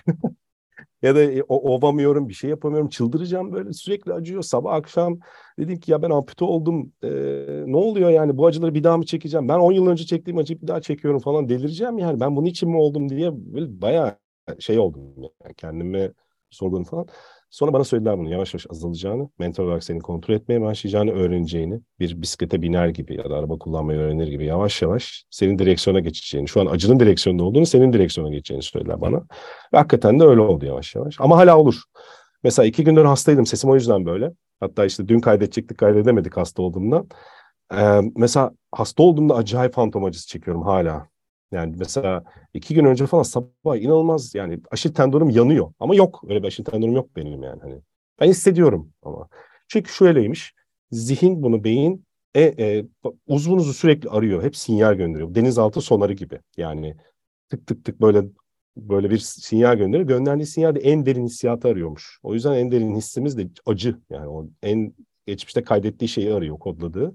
Ya da e, o, ovamıyorum, bir şey yapamıyorum. Çıldıracağım, böyle sürekli acıyor. Sabah akşam dedim ki ya ben ampute oldum. Ee, ne oluyor yani, bu acıları bir daha mı çekeceğim? Ben on yıl önce çektiğim acıyı bir daha çekiyorum falan, delireceğim yani. Ben bunun için mi oldum diye böyle bayağı şey oldum yani, kendime sorguladım falan. Sonra bana söylediler bunu yavaş yavaş azalacağını, mental olarak seni kontrol etmeye başlayacağını, öğreneceğini, bir bisiklete biner gibi ya da araba kullanmayı öğrenir gibi yavaş yavaş senin direksiyona geçeceğini, şu an acının direksiyonda olduğunu, senin direksiyona geçeceğini söylediler bana. Ve hakikaten de öyle oldu yavaş yavaş. Ama hala olur. Mesela iki gündür hastaydım. Sesim o yüzden böyle. Hatta işte dün kaydedecektik, kaydedemedik hasta olduğumdan. Ee, mesela hasta olduğumda acayip fantom acısı çekiyorum hala. Yani mesela iki gün önce falan sabah inanılmaz, yani aşil tendonum yanıyor. Ama yok, öyle bir aşil tendonum yok benim yani. Hani ben hissediyorum ama. Çünkü şöyleymiş. Zihin bunu, beyin e, e, uzvunuzu sürekli arıyor. Hep sinyal gönderiyor. Denizaltı sonarı gibi. Yani tık tık tık böyle böyle bir sinyal gönderiyor. Gönderdiği sinyal de en derin hissiyatı arıyormuş. O yüzden en derin hissimiz de acı. Yani o en geçmişte kaydettiği şeyi arıyor, kodladığı.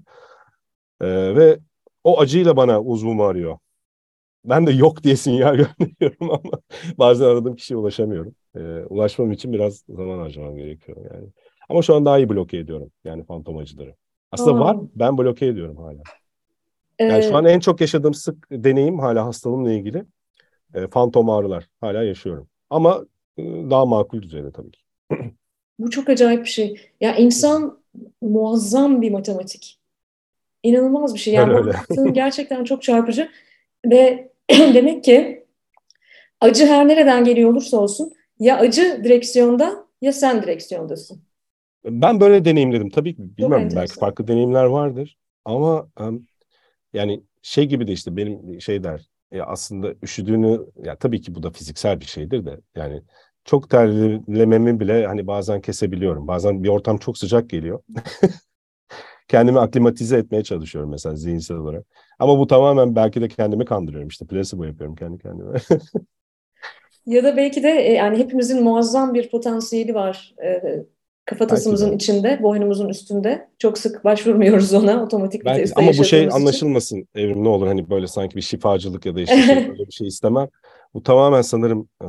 Ee, ve o acıyla bana uzvumu arıyor. Ben de yok diye sinyal gönderiyorum ama bazen aradığım kişiye ulaşamıyorum. Ee, ulaşmam için biraz zaman harcamam gerekiyor yani. Ama şu an daha iyi bloke ediyorum yani fantom acıları. Aslında var, Aa, ben bloke ediyorum hala. Yani şu an e, en çok yaşadığım sık deneyim hala hastalığımla ilgili. E, fantom ağrılar hala yaşıyorum. Ama e, daha makul düzeyde tabii ki. Bu çok acayip bir şey. Ya insan muazzam bir matematik. İnanılmaz bir şey. Yani Öyle bu öyle. anlattığın gerçekten çok çarpıcı. Ve demek ki acı her nereden geliyor olursa olsun ya acı direksiyonda ya sen direksiyondasın. Ben böyle deneyimledim. Tabii ki Çok bilmiyorum, belki enteresan. farklı deneyimler vardır. Ama em, yani şey gibi de işte benim şey der. e, aslında üşüdüğünü, ya tabii ki bu da fiziksel bir şeydir de yani çok terlememi bile hani bazen kesebiliyorum. Bazen bir ortam çok sıcak geliyor. Kendimi aklimatize etmeye çalışıyorum mesela zihinsel olarak. Ama bu tamamen belki de kendimi kandırıyorum, işte placebo yapıyorum kendi kendime. Ya da belki de e, yani hepimizin muazzam bir potansiyeli var. E, Belki kafatasımızın de. içinde, boynumuzun üstünde. Çok sık başvurmuyoruz ona otomatik Belki de. viteste Ama bu şey yaşadığımız için. anlaşılmasın Evrim, ne olur, hani böyle sanki bir şifacılık ya da işte şey, öyle bir şey istemem. Bu tamamen sanırım e,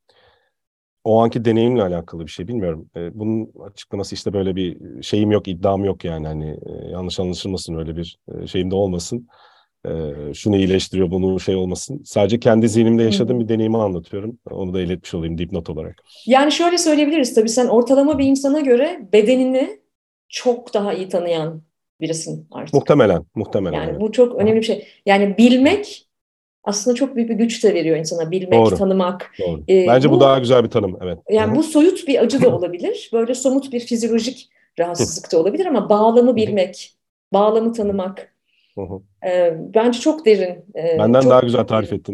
o anki deneyimle alakalı bir şey, bilmiyorum. E, bunun açıklaması işte böyle bir şeyim yok, iddiam yok yani, hani e, yanlış anlaşılmasın, öyle bir e, şeyim de olmasın. E, şunu iyileştiriyor, bunu şey olmasın. Sadece kendi zihnimde Hı yaşadığım hı. bir deneyimi anlatıyorum. Onu da iletmiş olayım dipnot olarak. Yani şöyle söyleyebiliriz tabii, sen ortalama bir insana göre bedenini çok daha iyi tanıyan birisin artık. Muhtemelen, muhtemelen Yani evet. bu çok önemli Aha. bir şey. Yani bilmek aslında çok büyük bir güç de veriyor insana. Bilmek, Doğru, tanımak. doğru. Ee, Bence bu daha bu güzel bir tanım, evet. yani Aha. bu soyut bir acı da olabilir. Böyle somut bir fizyolojik rahatsızlık da olabilir ama bağlamı bilmek, bağlamı tanımak e, bence çok derin, e, Benden daha çok güzel çok tarif derin. ettin.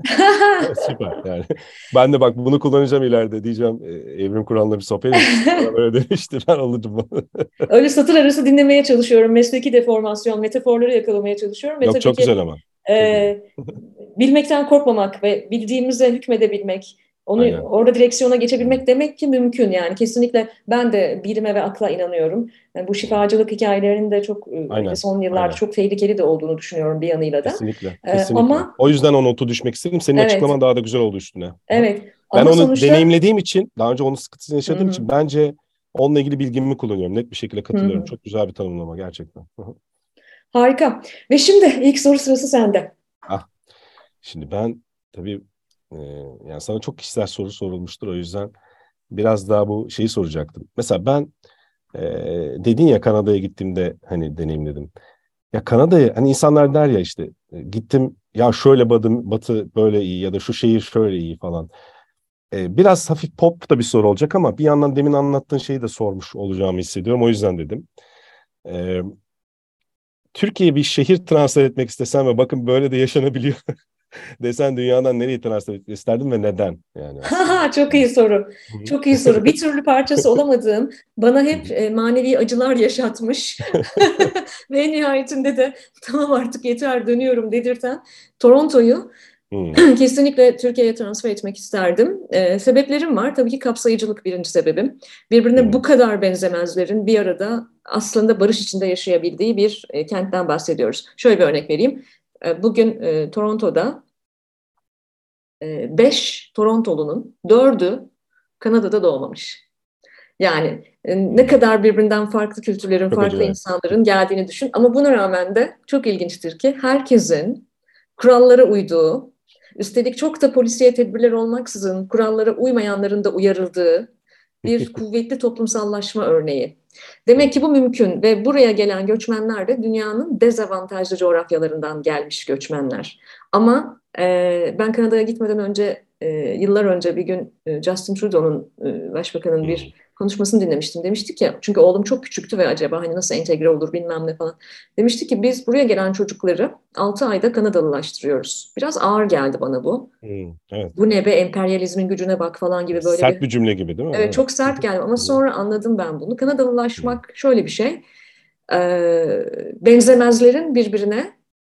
Süper yani. Ben de bak bunu kullanacağım ileride, diyeceğim e, Evrim Kur'an'la bir sohbet etmiştik. Bana böyle demişti, ben alırım bunu. Öyle satır arası dinlemeye çalışıyorum. Mesleki deformasyon, metaforları yakalamaya çalışıyorum ve Yok, tabii çok güzel ki ama. Çok güzel. e, bilmekten korkmamak ve bildiğimize hükmedebilmek, onu Aynen. orada direksiyona Aynen. geçebilmek demek ki mümkün yani. Kesinlikle ben de bilime ve akla inanıyorum. Yani bu şifacılık hikayelerinin de çok e, Aynen. son yıllarda Aynen. çok tehlikeli de olduğunu düşünüyorum bir yanıyla da. Kesinlikle. E, Kesinlikle. ama O yüzden o notu düşmek istedim. Senin evet, açıklaman daha da güzel oldu üstüne. Aha. evet Ben ama onu sonuçta deneyimlediğim için, daha önce onun sıkıntısını hı yaşadığım hı, için bence onunla ilgili bilgimi kullanıyorum. Net bir şekilde hı katılıyorum. hı. Çok güzel bir tanımlama gerçekten. Aha. Harika. Ve şimdi ilk soru sırası sende. Ah, şimdi ben tabii e, yani sana çok kişisel soru sorulmuştur. O yüzden biraz daha bu şeyi soracaktım. Mesela ben e, dedin ya, Kanada'ya gittiğimde hani deneyimledim. Ya Kanada'ya, hani insanlar der ya işte e, gittim ya, şöyle batı, batı böyle iyi ya da şu şehir şöyle iyi falan. E, biraz hafif pop da bir soru olacak ama bir yandan demin anlattığın şeyi de sormuş olacağımı hissediyorum. O yüzden dedim. E, Türkiye'ye bir şehir transfer etmek istesem ve bakın böyle de yaşanabiliyor desen, dünyadan nereyi transfer etmek isterdim ve neden yani aslında. Haha, çok iyi soru. Hı hı. Çok iyi soru. Bir türlü parçası olamadığım, bana hep e, manevi acılar yaşatmış ve en nihayetinde de tamam artık yeter dönüyorum dedirten Toronto'yu Hı. kesinlikle Türkiye'ye transfer etmek isterdim. E, sebeplerim var. Tabii ki kapsayıcılık birinci sebebim. Birbirine Hı. bu kadar benzemezlerin bir arada aslında barış içinde yaşayabildiği bir e, kentten bahsediyoruz. Şöyle bir örnek vereyim. E, bugün e, Toronto'da e, beş Torontolu'nun dördü Kanada'da doğmamış. Yani e, ne Hı. kadar birbirinden farklı kültürlerin, Çok farklı acayip. insanların geldiğini düşün. Ama buna rağmen de çok ilginçtir ki herkesin kurallara uyduğu, üstelik çok da polisiye tedbirler olmaksızın kurallara uymayanların da uyarıldığı bir kuvvetli toplumsallaşma örneği. Demek ki bu mümkün ve buraya gelen göçmenler de dünyanın dezavantajlı coğrafyalarından gelmiş göçmenler. Ama e, ben Kanada'ya gitmeden önce, e, yıllar önce bir gün e, Justin Trudeau'nun, e, başbakanın Hı. bir konuşmasını dinlemiştim. Demişti ki, çünkü oğlum çok küçüktü ve acaba hani nasıl entegre olur bilmem ne falan. Demişti ki biz buraya gelen çocukları altı ayda Kanadalılaştırıyoruz. Biraz ağır geldi bana bu. Hı. Evet. Bu ne be, emperyalizmin gücüne bak falan gibi böyle Sert bir. bir cümle gibi değil mi? Evet, Evet. çok sert geldi ama Hı hı. sonra anladım ben bunu. Hı. Kanadalılaşmak şöyle bir şey. Ee, benzemezlerin birbirine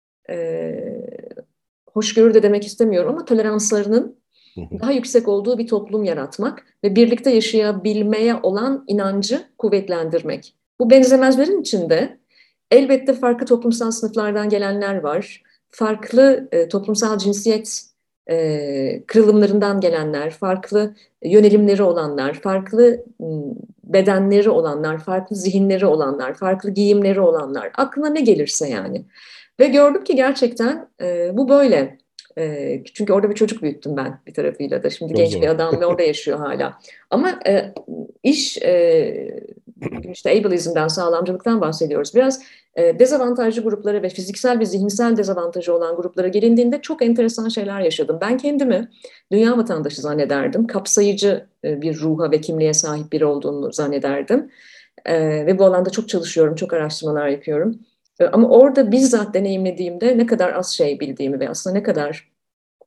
e, hoşgörü de demek istemiyorum ama toleranslarının Hı hı. daha yüksek olduğu bir toplum yaratmak ve birlikte yaşayabilmeye olan inancı kuvvetlendirmek. Bu benzemezlerin içinde elbette farklı toplumsal sınıflardan gelenler var. Farklı e, toplumsal cinsiyet e, kırılımlarından gelenler, farklı yönelimleri olanlar, farklı m, bedenleri olanlar, farklı zihinleri olanlar, farklı giyimleri olanlar. Aklına ne gelirse yani. Ve gördüm ki gerçekten e, bu böyle. E, çünkü orada bir çocuk büyüttüm ben bir tarafıyla da. Şimdi Çok genç bir zor. adam ve orada yaşıyor hala. Ama e, iş e, bugün işte ableizmden, sağlamcılıktan bahsediyoruz. Biraz e, dezavantajlı gruplara ve fiziksel ve zihinsel dezavantajı olan gruplara gelindiğinde çok enteresan şeyler yaşadım. Ben kendimi dünya vatandaşı zannederdim. Kapsayıcı e, bir ruha ve kimliğe sahip biri olduğumu zannederdim. E, ve bu alanda çok çalışıyorum, çok araştırmalar yapıyorum. E, Ama orada bizzat deneyimlediğimde ne kadar az şey bildiğimi ve aslında ne kadar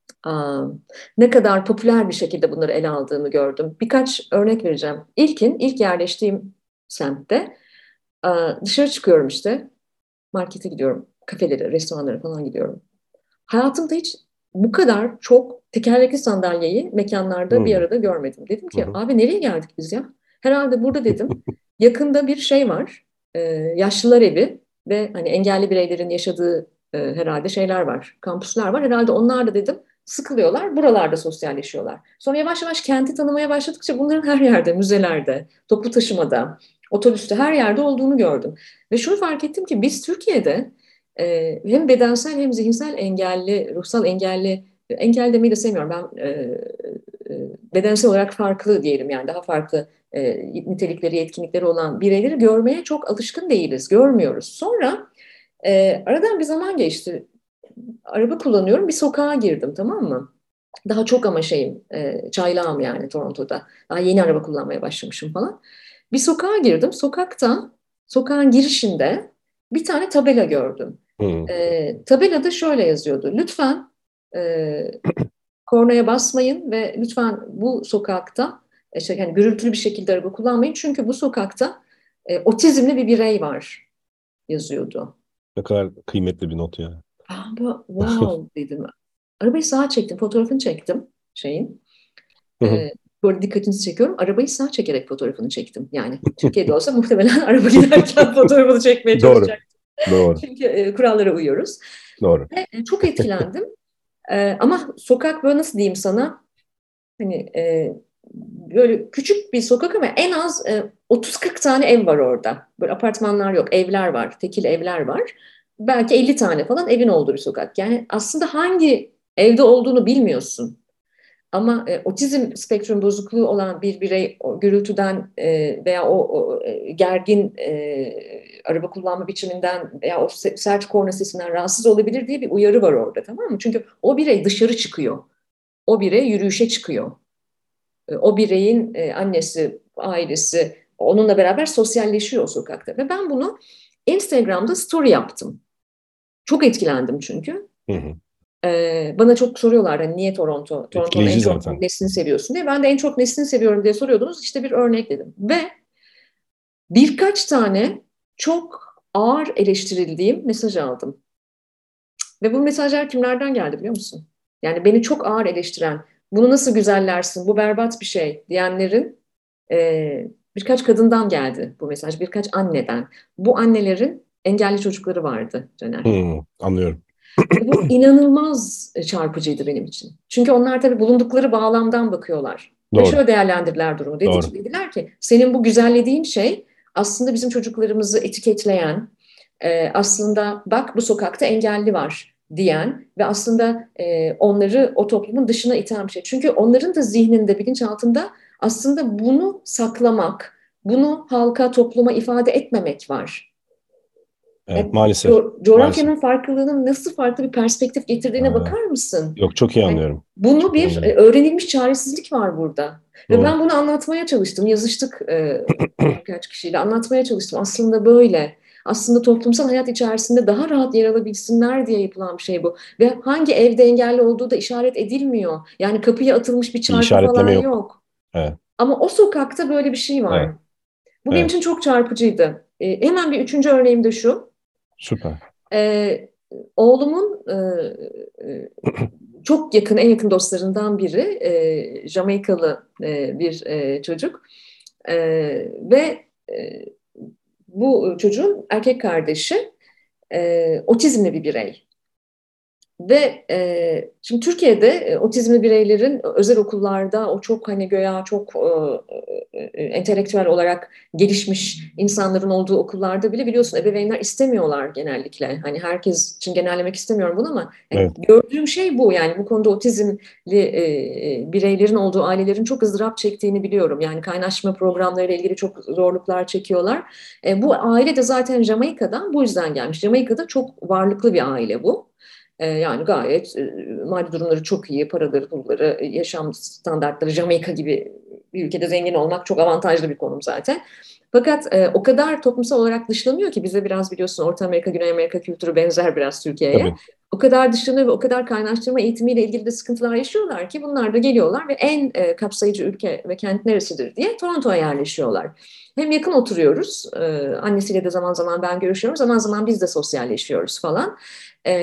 Aa, ne kadar popüler bir şekilde bunları ele aldığını gördüm. Birkaç örnek vereceğim. İlkin, ilk yerleştiğim semtte aa, dışarı çıkıyorum işte. Markete gidiyorum, kafelere, restoranlara falan gidiyorum. Hayatımda hiç bu kadar çok tekerlekli sandalyeyi mekanlarda bir Hı arada görmedim. Dedim hı. ki Hı. abi nereye geldik biz ya? Herhalde burada dedim. Yakında bir şey var. e, yaşlılar evi ve hani engelli bireylerin yaşadığı e, herhalde şeyler var. Kampüsler var. Herhalde onlar da dedim sıkılıyorlar. Buralarda sosyalleşiyorlar. Sonra yavaş yavaş kenti tanımaya başladıkça bunların her yerde, müzelerde, toplu taşımada, otobüste her yerde olduğunu gördüm. Ve şunu fark ettim ki biz Türkiye'de e, hem bedensel hem zihinsel engelli, ruhsal engelli, engel demeyi de sevmiyorum ben, e, e, bedensel olarak farklı diyelim yani daha farklı e, nitelikleri, yetkinlikleri olan bireyleri görmeye çok alışkın değiliz, görmüyoruz. Sonra e, aradan bir zaman geçti. Araba kullanıyorum, bir sokağa girdim, tamam mı? Daha çok ama şeyim, e, çaylağım yani Toronto'da. Daha yeni araba kullanmaya başlamışım falan. Bir sokağa girdim. Sokakta, sokağın girişinde bir tane tabela gördüm. Hı. E, tabelada şöyle yazıyordu. Lütfen e, kornaya basmayın ve lütfen bu sokakta işte yani gürültülü bir şekilde araba kullanmayın. Çünkü bu sokakta e, otizmli bir birey var yazıyordu. Ne kadar kıymetli bir not ya. Ah, bu- wow dedim. Arabayı sağa çektim, fotoğrafını çektim şeyin. Hı hı. Ee, bu arada dikkatinizi çekiyorum. Arabayı sağ çekerek fotoğrafını çektim. Yani Türkiye'de olsa muhtemelen araba giderken fotoğrafını çekmeye Doğru. çalışacak. Doğru. Çünkü e, kurallara uyuyoruz. Doğru. Ve e, çok etkilendim. E, ama sokak böyle nasıl diyeyim sana? Hani e, böyle küçük bir sokak ama en az e, otuz kırk tane ev var orada. Böyle apartmanlar yok, evler var, tekil evler var. Belki elli tane falan evin olduğu bir sokak. Yani aslında hangi evde olduğunu bilmiyorsun. Ama e, otizm spektrum bozukluğu olan bir birey o gürültüden e, veya o, o e, gergin e, araba kullanma biçiminden veya o se- sert korna sesinden rahatsız olabilir diye bir uyarı var orada, tamam mı? Çünkü o birey dışarı çıkıyor. O birey yürüyüşe çıkıyor. E, o bireyin e, annesi, ailesi onunla beraber sosyalleşiyor o sokakta. Ve ben bunu Instagram'da story yaptım. Çok etkilendim çünkü. Hı hı. Ee, bana çok soruyorlar hani niye Toronto, Toronto'nun en Etkileyici çok zaten. nesini seviyorsun diye. Ben de en çok nesini seviyorum diye soruyordunuz. İşte bir örnek dedim. Ve birkaç tane çok ağır eleştirildiğim mesaj aldım. Ve bu mesajlar kimlerden geldi biliyor musun? Yani beni çok ağır eleştiren, bunu nasıl güzellersin, bu berbat bir şey diyenlerin e, birkaç kadından geldi bu mesaj, birkaç anneden. Bu annelerin engelli çocukları vardı Caner. Hı, anlıyorum. Ve bu inanılmaz çarpıcıydı benim için. Çünkü onlar tabii bulundukları bağlamdan bakıyorlar. Ve Doğru. şöyle değerlendirdiler durumu. Dedi, Doğru. dediler ki senin bu güzellediğin şey aslında bizim çocuklarımızı etiketleyen, e, aslında bak bu sokakta engelli var diyen ve aslında e, onları o toplumun dışına iten bir şey. Çünkü onların da zihninde, bilinçaltında aslında bunu saklamak, bunu halka, topluma ifade etmemek var. Evet, Yani maalesef. co- Maalesef. coğrafyanın farklılığının nasıl farklı bir perspektif getirdiğine Aa, bakar mısın? yok, çok iyi Yani anlıyorum. bunu Çok iyi bir e, anlıyorum. öğrenilmiş çaresizlik var burada. Ve Doğru. ben bunu anlatmaya çalıştım. Yazıştık e, birkaç kişiyle. Anlatmaya çalıştım. Aslında böyle. Aslında toplumsal hayat içerisinde daha rahat yer alabilsinler diye yapılan bir şey bu. Ve hangi evde engelli olduğu da işaret edilmiyor. Yani kapıya atılmış bir Bir çarpı falan işaretleme yok. yok. Evet. Ama o sokakta böyle bir şey var. Evet. Bu benim Evet. için çok çarpıcıydı. E, hemen bir üçüncü örneğim de şu. Süper. Ee, oğlumun e, e, çok yakın, en yakın dostlarından biri e, Jamaikalı e, bir e, çocuk. E, ve e, bu çocuğun erkek kardeşi e, otizmli bir birey. Ve e, şimdi Türkiye'de e, otizmli bireylerin özel okullarda o çok hani göya çok e, e, entelektüel olarak gelişmiş insanların olduğu okullarda bile biliyorsun ebeveynler istemiyorlar genellikle. Hani herkes için genellemek istemiyorum bunu ama yani Evet. gördüğüm şey bu yani bu konuda otizmli e, bireylerin olduğu ailelerin çok ızdırap çektiğini biliyorum. Yani kaynaşma programlarıyla ilgili çok zorluklar çekiyorlar. E, bu aile de zaten Jamaika'dan bu yüzden gelmiş. Jamaika'da çok varlıklı bir aile bu. E, yani gayet e, maddi durumları çok iyi, paraları, pulları, e, yaşam standartları Jamaika gibi bir ülkede zengin olmak çok avantajlı bir konum zaten. Fakat e, o kadar toplumsal olarak dışlanıyor ki bize biraz biliyorsun Orta Amerika, Güney Amerika kültürü benzer biraz Türkiye'ye. Tabii. o kadar dışlanıyor ve o kadar kaynaştırma eğitimiyle ilgili de sıkıntılar yaşıyorlar ki bunlar da geliyorlar ve en e, kapsayıcı ülke ve kent neresidir diye Toronto'ya yerleşiyorlar. Hem yakın oturuyoruz, e, annesiyle de zaman zaman ben görüşüyorum, zaman zaman biz de sosyalleşiyoruz falan. E,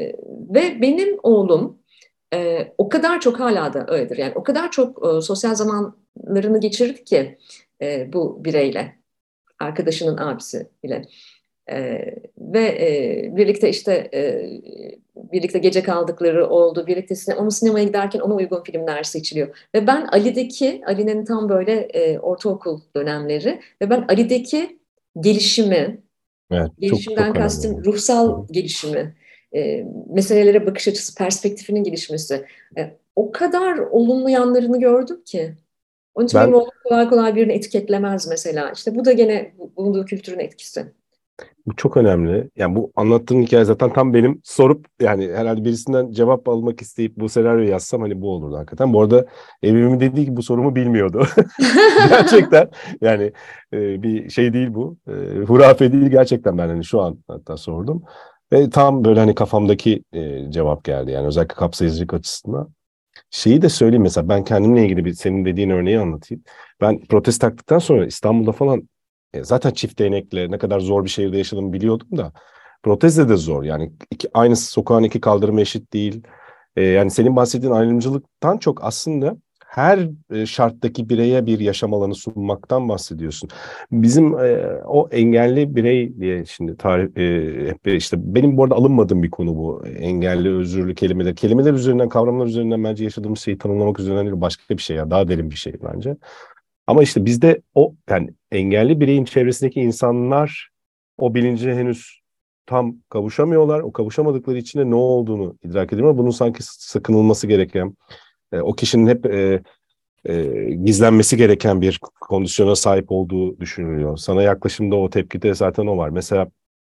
ve benim oğlum e, o kadar çok, hala da öyledir, yani o kadar çok e, sosyal zamanlarını geçirdi ki e, bu bireyle, arkadaşının abisiyle. Ee, ve e, birlikte işte e, birlikte gece kaldıkları oldu. Birlikte sine, onun sinemaya giderken ona uygun filmler seçiliyor. Ve ben Ali'deki, Ali'nin tam böyle e, ortaokul dönemleri ve ben Ali'deki gelişimi, Evet, çok gelişimden çok kastım önemli. Hı ruhsal hı. gelişimi, e, meselelere bakış açısı, perspektifinin gelişmesi. E, o kadar olumlu yanlarını gördüm ki. Onun için benim Ben oğlum kolay kolay birini etiketlemez mesela. İşte bu da gene bulunduğu kültürün etkisi. Bu çok önemli. Yani bu anlattığın hikaye zaten tam benim sorup yani herhalde birisinden cevap almak isteyip bu senaryoyu yazsam hani bu olurdu hakikaten. Bu arada evimin dediği gibi bu sorumu bilmiyordu. Gerçekten yani e, bir şey değil bu. E, hurafe değil gerçekten, ben hani şu an hatta sordum. Ve tam böyle hani kafamdaki e, cevap geldi. Yani özellikle kapsayıcılık açısından. Şeyi de söyleyeyim, mesela ben kendimle ilgili bir senin dediğin örneği anlatayım. Ben protez taktıktan sonra İstanbul'da falan e, zaten çift değnekle ne kadar zor bir şehirde yaşadığımı biliyordum da protezle de zor. Yani iki, aynı sokağın iki kaldırımı eşit değil. E, yani senin bahsettiğin ayrımcılıktan çok aslında her e, şarttaki bireye bir yaşam alanı sunmaktan bahsediyorsun. Bizim e, o engelli birey diye şimdi tarif e, hep işte benim bu arada alınmadığım bir konu bu. Engelli, özürlü kelimeler. Kelimeler üzerinden, kavramlar üzerinden bence yaşadığımız şeyi tanımlamak üzerinden değil, başka bir şey ya. Daha derin bir şey bence. Ama işte bizde o yani engelli bireyin çevresindeki insanlar o bilince henüz tam kavuşamıyorlar. O kavuşamadıkları için de ne olduğunu idrak edemiyorlar. Bunun sanki sakınılması gereken, e, o kişinin hep e, e, gizlenmesi gereken bir kondisyona sahip olduğu düşünülüyor. Sana yaklaşımda o tepkide zaten o var. Mesela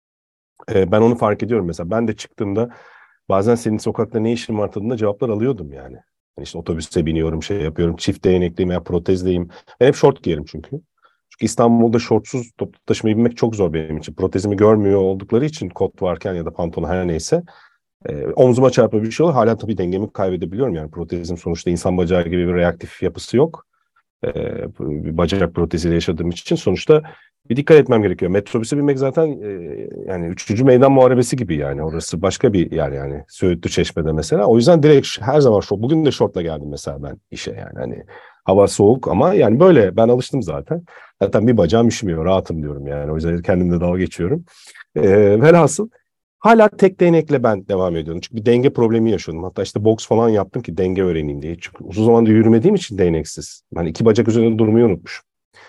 e, ben onu fark ediyorum. Mesela ben de çıktığımda bazen senin sokakta ne işin var tadında cevaplar alıyordum yani. Yani işte otobüse biniyorum, şey yapıyorum, çift değnekliyim veya protezliyim. Ben hep şort giyerim çünkü. Çünkü İstanbul'da şortsuz toplu taşımayı binmek çok zor benim için. Protezimi görmüyor oldukları için, kot varken ya da pantolon her neyse. E, omzuma çarpı bir şey olur. Hala tabii dengemi kaybedebiliyorum. Yani protezim sonuçta insan bacağı gibi bir reaktif yapısı yok. E, bir bacak proteziyle yaşadığım için sonuçta bir dikkat etmem gerekiyor. Metrobüse binmek zaten e, yani üçüncü meydan muharebesi gibi yani. Orası başka bir yer yani. Söğütlü Çeşme'de mesela. O yüzden direkt her zaman şort. Bugün de şortla geldim mesela ben işe yani. Hani hava soğuk ama yani böyle ben alıştım zaten. Zaten bir bacağım üşümüyor. Rahatım diyorum yani. O yüzden kendimle dalga geçiyorum. E, velhasıl hala tek değnekle ben devam ediyorum. Çünkü bir denge problemi yaşıyordum. Hatta işte boks falan yaptım ki denge öğreneyim diye. Çünkü uzun zamandır yürümediğim için değneksiz. Hani iki bacak üzerinde durmayı unutmuşum.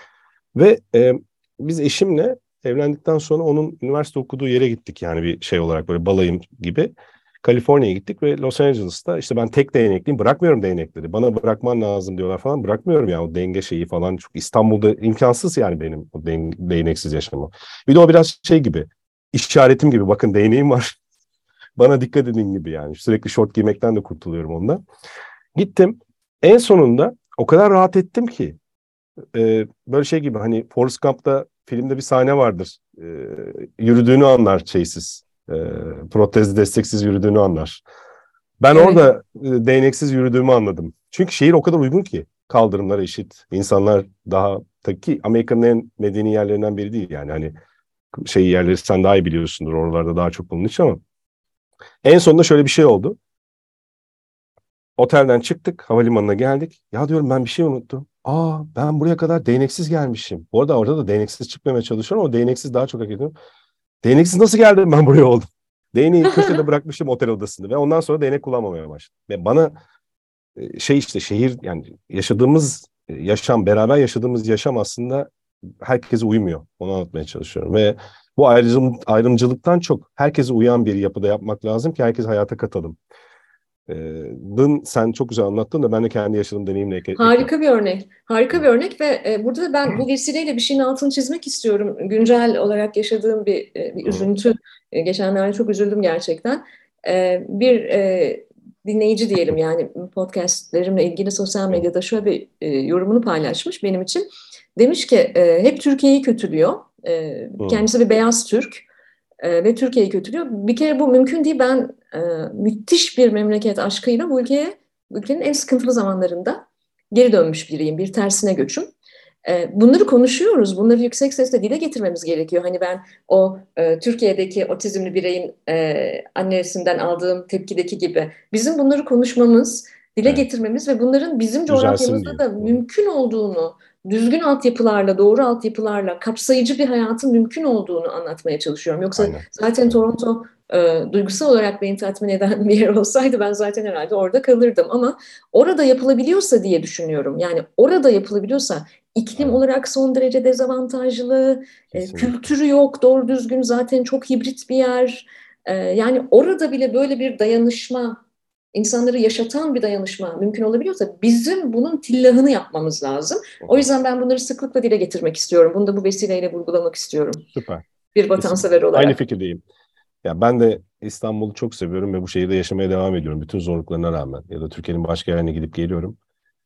Ve e, biz eşimle evlendikten sonra onun üniversite okuduğu yere gittik. Yani bir şey olarak böyle balayım gibi. Kaliforniya'ya gittik ve Los Angeles'ta işte ben tek değnekliyim, bırakmıyorum değnekleri. Bana bırakman lazım diyorlar falan, bırakmıyorum ya o denge şeyi falan. Çok İstanbul'da imkansız yani benim o değneksiz yaşamam. Bir de o biraz şey gibi, işaretim gibi, bakın değneğim var. Bana dikkat edin gibi yani. Sürekli şort giymekten de kurtuluyorum ondan. Gittim. En sonunda o kadar rahat ettim ki e, böyle şey gibi, hani Forrest Gump'ta filmde bir sahne vardır. E, yürüdüğünü anlar şeysiz. E, protez desteksiz yürüdüğünü anlar. Ben Evet. orada e, değneksiz yürüdüğümü anladım. Çünkü şehir o kadar uygun ki. Kaldırımlar eşit. İnsanlar daha, tabii ki Amerika'nın en medeni yerlerinden biri değil yani. Hani şey yerleri sen daha iyi biliyorsundur. Oralarda daha çok bulunduğu için ama en sonunda şöyle bir şey oldu. Otelden çıktık, havalimanına geldik. Ya diyorum ben bir şey unuttum. Aa, ben buraya kadar değneksiz gelmişim. Bu arada orada da değneksiz çıkmamaya çalışıyorum ama değneksiz daha çok hak ediyorum. Değneksiz nasıl geldim ben buraya oldum? Değneği köşede bırakmışım otel odasında ve ondan sonra değnek kullanmamaya başladım. Ve bana e, şey işte şehir yani yaşadığımız e, yaşam, beraber yaşadığımız yaşam aslında herkese uymuyor. Onu anlatmaya çalışıyorum ve bu ayrım, ayrımcılıktan çok herkese uyan bir yapıda yapmak lazım ki herkes hayata katalım. Ee, Dın sen çok güzel anlattın da ben de kendi yaşadığım deneyimle ek- ekleyeyim. Harika bir örnek. Harika bir örnek ve e, burada da ben bu vesileyle bir şeyin altını çizmek istiyorum. Güncel olarak yaşadığım bir, e, bir Hı üzüntü. E, geçenlerde çok üzüldüm gerçekten. E, bir e, dinleyici diyelim, yani podcastlerimle ilgili sosyal hı, medyada şöyle bir e, yorumunu paylaşmış benim için. Demiş ki e, hep Türkiye'yi kötülüyor. E, hı, kendisi bir beyaz Türk. e, ve Türkiye'yi kötülüyor. Bir kere bu mümkün değil. Ben e, müthiş bir memleket aşkıyla bu ülkeye, bu ülkenin en sıkıntılı zamanlarında geri dönmüş biriyim. Bir tersine göçüm. E, bunları konuşuyoruz. Bunları yüksek sesle dile getirmemiz gerekiyor. Hani ben o e, Türkiye'deki otizmli bireyin e, annesinden aldığım tepkideki gibi bizim bunları konuşmamız, dile Evet. getirmemiz ve bunların bizim Düzelsin coğrafyamızda diye. da Hı hı. mümkün olduğunu, düzgün altyapılarla, doğru altyapılarla kapsayıcı bir hayatın mümkün olduğunu anlatmaya çalışıyorum. Yoksa Aynen. zaten Evet. Toronto e, duygusal olarak beni tatmin eden bir yer olsaydı ben zaten herhalde orada kalırdım. Ama orada yapılabiliyorsa diye düşünüyorum. Yani orada yapılabiliyorsa iklim Aynen. olarak son derece dezavantajlı, e, Kesinlikle. kültürü yok doğru düzgün, zaten çok hibrit bir yer. E, yani orada bile böyle bir dayanışma, insanları yaşatan bir dayanışma mümkün olabiliyorsa bizim bunun tillahını yapmamız lazım. Hı O hı. yüzden ben bunları sıklıkla dile getirmek istiyorum. Bunu da bu vesileyle vurgulamak istiyorum. Süper. Bir Kesinlikle. vatansever Aynı olarak. fikirdeyim. Ya ben de İstanbul'u çok seviyorum ve bu şehirde yaşamaya devam ediyorum. Bütün zorluklarına rağmen. Ya da Türkiye'nin başka yerine gidip geliyorum.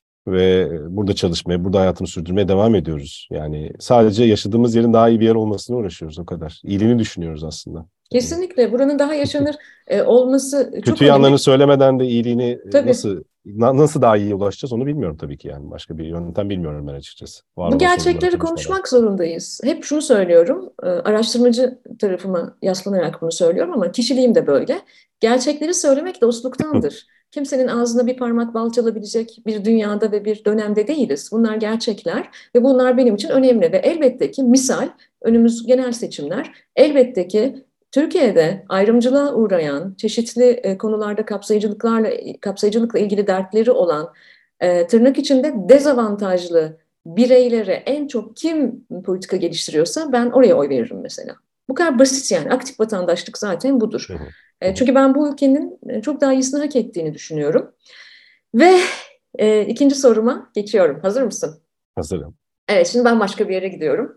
Ve burada çalışmaya, burada hayatımı sürdürmeye devam ediyoruz. Yani sadece yaşadığımız yerin daha iyi bir yer olmasına uğraşıyoruz o kadar. İyiliğini düşünüyoruz aslında. Yani Kesinlikle buranın daha yaşanır e, olması çok kötü önemli. yanlarını söylemeden de iyiliğini e, Tabii. nasıl na- nasıl daha iyi ulaşacağız onu bilmiyorum tabii ki yani. Başka bir yöntem bilmiyorum ben açıkçası. Var Bu olan sorunları gerçekleri konuşmadan. konuşmak zorundayız. Hep şunu söylüyorum, e, araştırmacı tarafıma yaslanarak bunu söylüyorum ama kişiliğim de böyle. Gerçekleri söylemek dostluktandır. Kimsenin ağzına bir parmak bal çalabilecek bir dünyada ve bir dönemde değiliz. Bunlar gerçekler ve bunlar benim için önemli ve elbette ki misal önümüz genel seçimler. Elbette ki Türkiye'de ayrımcılığa uğrayan, çeşitli e, konularda kapsayıcılıklarla kapsayıcılıkla ilgili dertleri olan, e, tırnak içinde dezavantajlı bireylere en çok kim politika geliştiriyorsa ben oraya oy veririm mesela. Bu kadar basit yani. Aktif vatandaşlık zaten budur. Hı hı. Hı E, hı. çünkü ben bu ülkenin e, çok daha iyisini hak ettiğini düşünüyorum. Ve e, ikinci soruma geçiyorum. Hazır mısın? Hazırım. Evet, şimdi ben başka bir yere gidiyorum.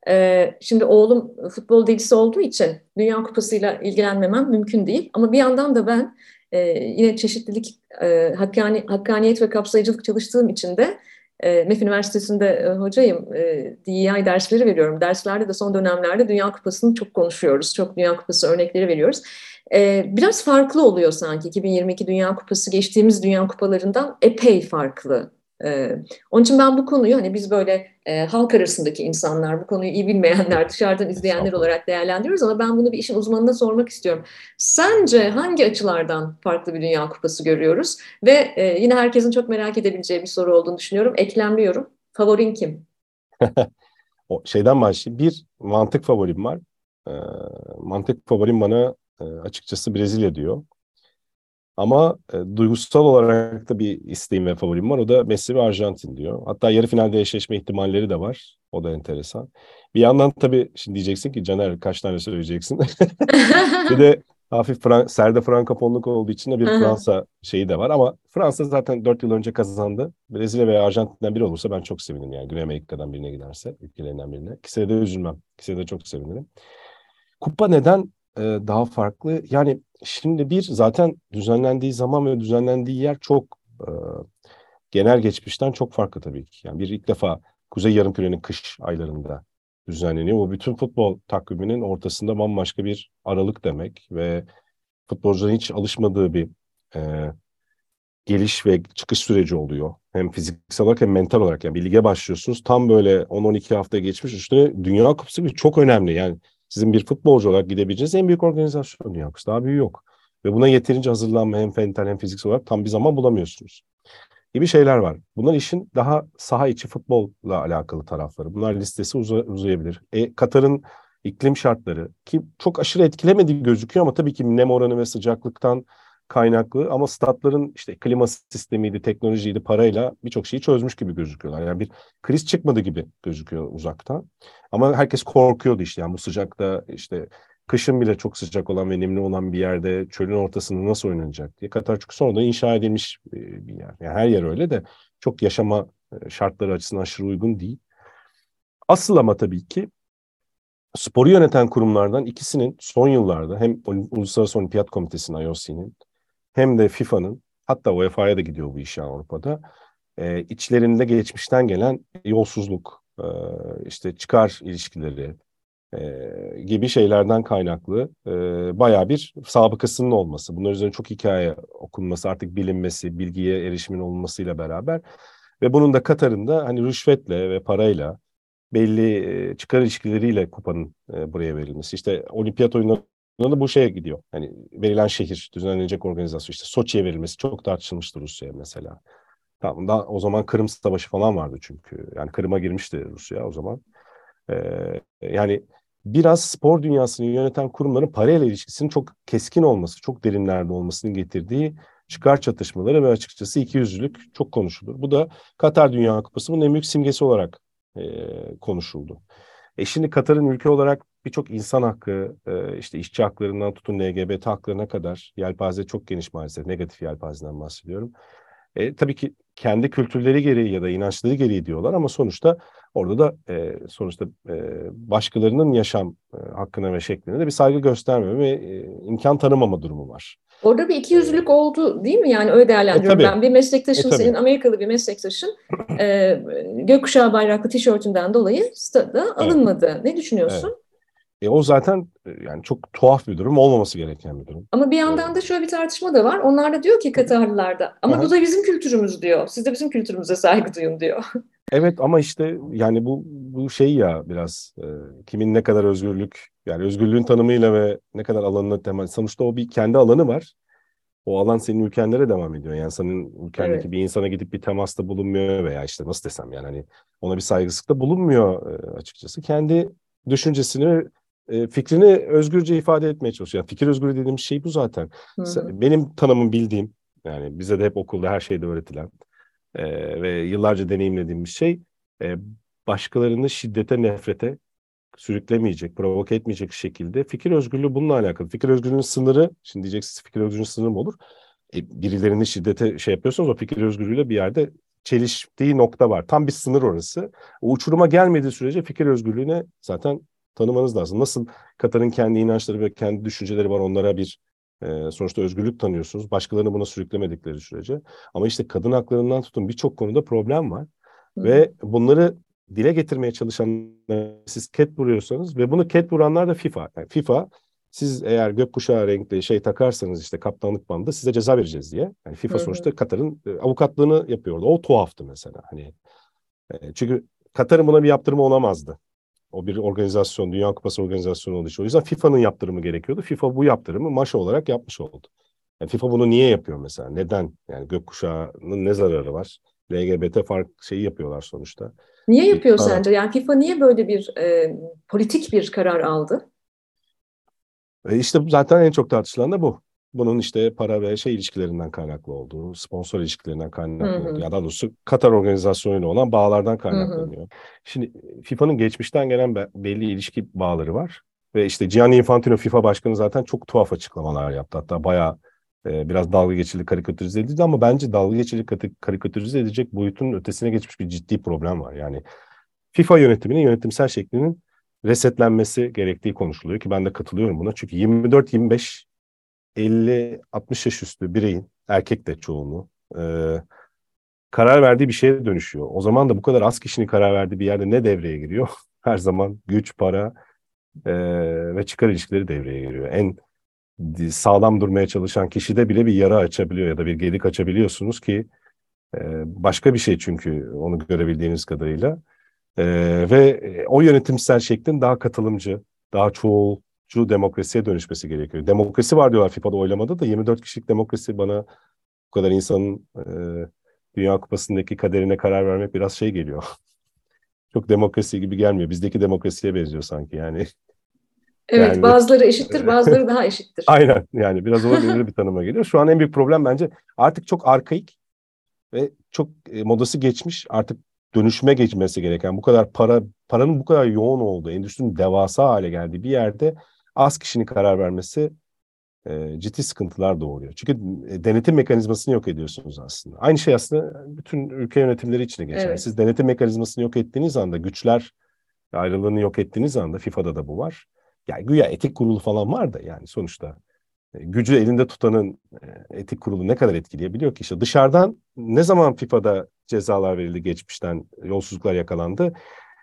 E, şimdi oğlum futbol delisi olduğu için Dünya Kupası'yla ilgilenmemem mümkün değil. Ama bir yandan da ben e, yine çeşitlilik, e, hakkani, hakkaniyet ve kapsayıcılık çalıştığım için de e, M E F Üniversitesi'nde e, hocayım. E, D E I dersleri veriyorum. Derslerde de son dönemlerde Dünya Kupası'nı çok konuşuyoruz. Çok Dünya Kupası örnekleri veriyoruz. E, biraz farklı oluyor sanki. iki bin yirmi iki Dünya Kupası geçtiğimiz Dünya Kupalarından epey farklı. E, Onun için ben bu konuyu, hani biz böyle e, halk arasındaki insanlar, bu konuyu iyi bilmeyenler, dışarıdan izleyenler Estağfurullah. olarak değerlendiriyoruz ama ben bunu bir işin uzmanına sormak istiyorum. Sence hangi açılardan farklı bir Dünya Kupası görüyoruz? Ve e, yine herkesin çok merak edebileceği bir soru olduğunu düşünüyorum. Eklemliyorum. Favorin kim? O şeyden başlayayım. Bir mantık favorim var. Ee, mantık favorim bana e, açıkçası Brezilya diyor. Ama e, duygusal olarak da bir isteğim ve favorim var. O da Messi ve Arjantin diyor. Hatta yarı finalde eşleşme ihtimalleri de var. O da enteresan. Bir yandan tabii şimdi diyeceksin ki Caner kaç tane söyleyeceksin. Bir de hafif Fran Serde Frankofonluk olduğu için de bir Fransa şeyi de var. Ama Fransa zaten dört yıl önce kazandı. Brezilya veya Arjantin'den biri olursa ben çok sevinirim. Yani Güney Amerika'dan birine giderse, ülkelerinden birine. İkisine de üzülmem. İkisine de çok sevinirim. Kupa neden e, daha farklı? Yani şimdi bir zaten düzenlendiği zaman ve düzenlendiği yer çok e, genel geçmişten çok farklı tabii ki. Yani bir ilk defa Kuzey Yarımküre'nin kış aylarında düzenleniyor. Bu bütün futbol takviminin ortasında bambaşka bir aralık demek ve futbolcuların hiç alışmadığı bir e, geliş ve çıkış süreci oluyor. Hem fiziksel olarak hem mental olarak. Yani bir lige başlıyorsunuz. Tam böyle on on iki hafta geçmiş. Üstüne Dünya Kupası gibi çok önemli. Yani sizin bir futbolcu olarak gidebileceğiniz en büyük organizasyon Dünya Kupası. Daha büyüğü yok. Ve buna yeterince hazırlanma hem mental hem fiziksel olarak tam bir zaman bulamıyorsunuz gibi şeyler var. Bunlar işin daha saha içi futbolla alakalı tarafları. Bunlar listesi uza- uzayabilir. E, Katar'ın iklim şartları ki çok aşırı etkilemediği gözüküyor ama tabii ki nem oranı ve sıcaklıktan kaynaklı ama statların işte klima sistemiydi, teknolojiydi, parayla birçok şeyi çözmüş gibi gözüküyorlar. Yani bir kriz çıkmadı gibi gözüküyor uzaktan. Ama herkes korkuyordu işte yani bu sıcakta işte kışın bile çok sıcak olan ve nemli olan bir yerde çölün ortasında nasıl oynanacak diye. Katar çünkü sonradan inşa edilmiş e, bir yer. Yani her yer öyle de çok yaşama e, şartları açısından aşırı uygun değil. Asıl ama tabii ki sporu yöneten kurumlardan ikisinin son yıllarda hem Uluslararası Olimpiyat Komitesi'nin I O C'nin hem de FIFA'nın hatta U E F A'ya da gidiyor bu iş yani Avrupa'da e, içlerinde geçmişten gelen yolsuzluk, e, işte çıkar ilişkileri, e, gibi şeylerden kaynaklı e, bayağı bir sabıkasının olması, bunların üzerine çok hikaye okunması, artık bilinmesi, bilgiye erişimin olmasıyla beraber ve bunun da Katar'ın da hani rüşvetle ve parayla belli e, çıkar ilişkileriyle kupanın e, buraya verilmesi. İşte olimpiyat oyunlarında da bu şeye gidiyor. Hani verilen şehir, düzenlenecek organizasyon, işte Soçi'ye verilmesi çok tartışılmıştı Rusya'ya mesela. Tamam da o zaman Kırım Savaşı falan vardı çünkü. Yani Kırım'a girmişti Rusya o zaman. Ee, yani biraz spor dünyasını yöneten kurumların parayla ilişkisinin çok keskin olması, çok derinlerde olmasının getirdiği çıkar çatışmaları ve açıkçası ikiyüzlülük çok konuşulur. Bu da Katar Dünya Kupası'nın en büyük simgesi olarak e, konuşuldu. E şimdi Katar'ın ülke olarak birçok insan hakkı, e, işte işçi haklarından tutun L G B T haklarına kadar yelpaze çok geniş maalesef. Negatif yelpazeden bahsediyorum. E, tabii ki kendi kültürleri gereği ya da inançları gereği diyorlar ama sonuçta orada da e, sonuçta e, başkalarının yaşam e, hakkına ve şekline de bir saygı göstermeme ve e, imkan tanımama durumu var. Orada bir E, ikiyüzlülük oldu değil mi? Yani öyle e değerlendiriyorum tabii, ben. Bir e meslektaşın, tabii. senin Amerikalı bir meslektaşın e, gökkuşağı bayraklı tişörtünden dolayı stada Evet, alınmadı. Ne evet. düşünüyorsun? E, o zaten e, yani çok tuhaf bir durum, olmaması gereken bir durum. Ama bir E, yandan da şöyle bir tartışma da var. Onlar da diyor ki Katarlılar da ama bu aha. da bizim kültürümüz diyor. Siz de bizim kültürümüze saygı duyun diyor. Evet ama işte yani bu bu şey ya biraz e, kimin ne kadar özgürlük, yani özgürlüğün tanımıyla ve ne kadar alanına temel, sonuçta o bir kendi alanı var. O alan senin ülkenlere devam ediyor. Yani senin ülkendeki Evet. bir insana gidip bir temasta bulunmuyor veya işte nasıl desem yani hani ona bir saygısızlıkta bulunmuyor e, açıkçası. Kendi düşüncesini, e, fikrini özgürce ifade etmeye çalışıyor. Yani fikir özgürlüğü dediğimiz şey bu zaten. Hı hı. Se- Benim tanımım bildiğim, yani bize de hep okulda her şeyde öğretilen e, ve yıllarca deneyimlediğim bir şey, e, başkalarını şiddete, nefrete sürüklemeyecek, provoke etmeyecek şekilde fikir özgürlüğü bununla alakalı. Fikir özgürlüğünün sınırı, şimdi diyeceksiniz fikir özgürlüğünün sınırı mı olur? E, birilerini şiddete şey yapıyorsanız o fikir özgürlüğüyle bir yerde çeliştiği nokta var. Tam bir sınır orası. O uçuruma gelmediği sürece fikir özgürlüğüne zaten tanımanız lazım. Nasıl Katar'ın kendi inançları ve kendi düşünceleri var, onlara bir e, sonuçta özgürlük tanıyorsunuz. Başkalarını buna sürüklemedikleri sürece. Ama işte kadın haklarından tutun birçok konuda problem var. Hı hı. Ve bunları dile getirmeye çalışanlar siz ket vuruyorsanız ve bunu ket vuranlar da FIFA. Yani FIFA, siz eğer gökkuşağı renkli şey takarsanız işte kaptanlık bandı size ceza vereceğiz diye. Yani Hı FIFA hı. sonuçta Katar'ın e, avukatlığını yapıyordu. O tuhaftı mesela. Hani e, çünkü Katar'ın buna bir yaptırımı olamazdı. O bir organizasyon, Dünya Kupası organizasyonu olduğu için. O yüzden FIFA'nın yaptırımı gerekiyordu. FIFA bu yaptırımı maşa olarak yapmış oldu. Yani FIFA bunu niye yapıyor mesela? Neden? Yani gökkuşağının ne zararı var? L G B T fark şeyi yapıyorlar sonuçta. Niye Bir yapıyor sanat. sence? Yani FIFA niye böyle bir e, politik bir karar aldı? E işte zaten en çok tartışılan da bu. Bunun işte para ve şey ilişkilerinden kaynaklı olduğu, sponsor ilişkilerinden Hı kaynaklı olduğu, hı. ya daha doğrusu Katar organizasyonuyla olan bağlardan Hı hı. kaynaklanıyor. Şimdi FIFA'nın geçmişten gelen be- belli ilişki bağları var. Ve işte Gianni Infantino FIFA başkanı zaten çok tuhaf açıklamalar yaptı. Hatta bayağı e, biraz dalga geçildi, karikatürize edildi ama bence dalga geçilip karikatürize edecek boyutun ötesine geçmiş bir ciddi problem var. Yani FIFA yönetiminin yönetimsel şeklinin resetlenmesi gerektiği konuşuluyor ki ben de katılıyorum buna. Çünkü yirmi dört yirmi beş elli altmış yaş üstü bireyin, erkek de çoğunluğu, e, karar verdiği bir şeye dönüşüyor. O zaman da bu kadar az kişinin karar verdiği bir yerde ne devreye giriyor? Her zaman güç, para e, ve çıkar ilişkileri devreye giriyor. En sağlam durmaya çalışan kişide bile bir yara açabiliyor ya da bir gedik açabiliyorsunuz ki e, başka bir şey, çünkü onu görebildiğiniz kadarıyla. Ee, ve e, o yönetimsel şeklin daha katılımcı, daha çoğulcu demokrasiye dönüşmesi gerekiyor. Demokrasi var diyorlar FIFA'da oylamada da, yirmi dört kişilik demokrasi bana bu kadar insanın e, Dünya Kupası'ndaki kaderine karar vermek biraz şey geliyor. Çok demokrasi gibi gelmiyor. Bizdeki demokrasiye benziyor sanki yani. Evet, Yani bazıları eşittir, e, bazıları daha eşittir. aynen, yani biraz ona öyle bir tanıma geliyor. Şu an en büyük problem bence artık çok arkaik ve çok e, modası geçmiş, artık dönüşüme geçmesi gereken, bu kadar para paranın bu kadar yoğun olduğu, endüstrinin devasa hale geldiği bir yerde az kişinin karar vermesi e, ciddi sıkıntılar doğuruyor. Çünkü e, denetim mekanizmasını yok ediyorsunuz aslında. Aynı şey aslında bütün ülke yönetimleri için de geçerli. Evet. Siz denetim mekanizmasını yok ettiğiniz anda, güçler ayrılığını yok ettiğiniz anda, FIFA'da da bu var. Yani güya etik kurulu falan var da yani sonuçta e, gücü elinde tutanın e, etik kurulu ne kadar etkileyebiliyor ki? İşte dışarıdan ne zaman FIFA'da cezalar verildi, geçmişten yolsuzluklar yakalandı?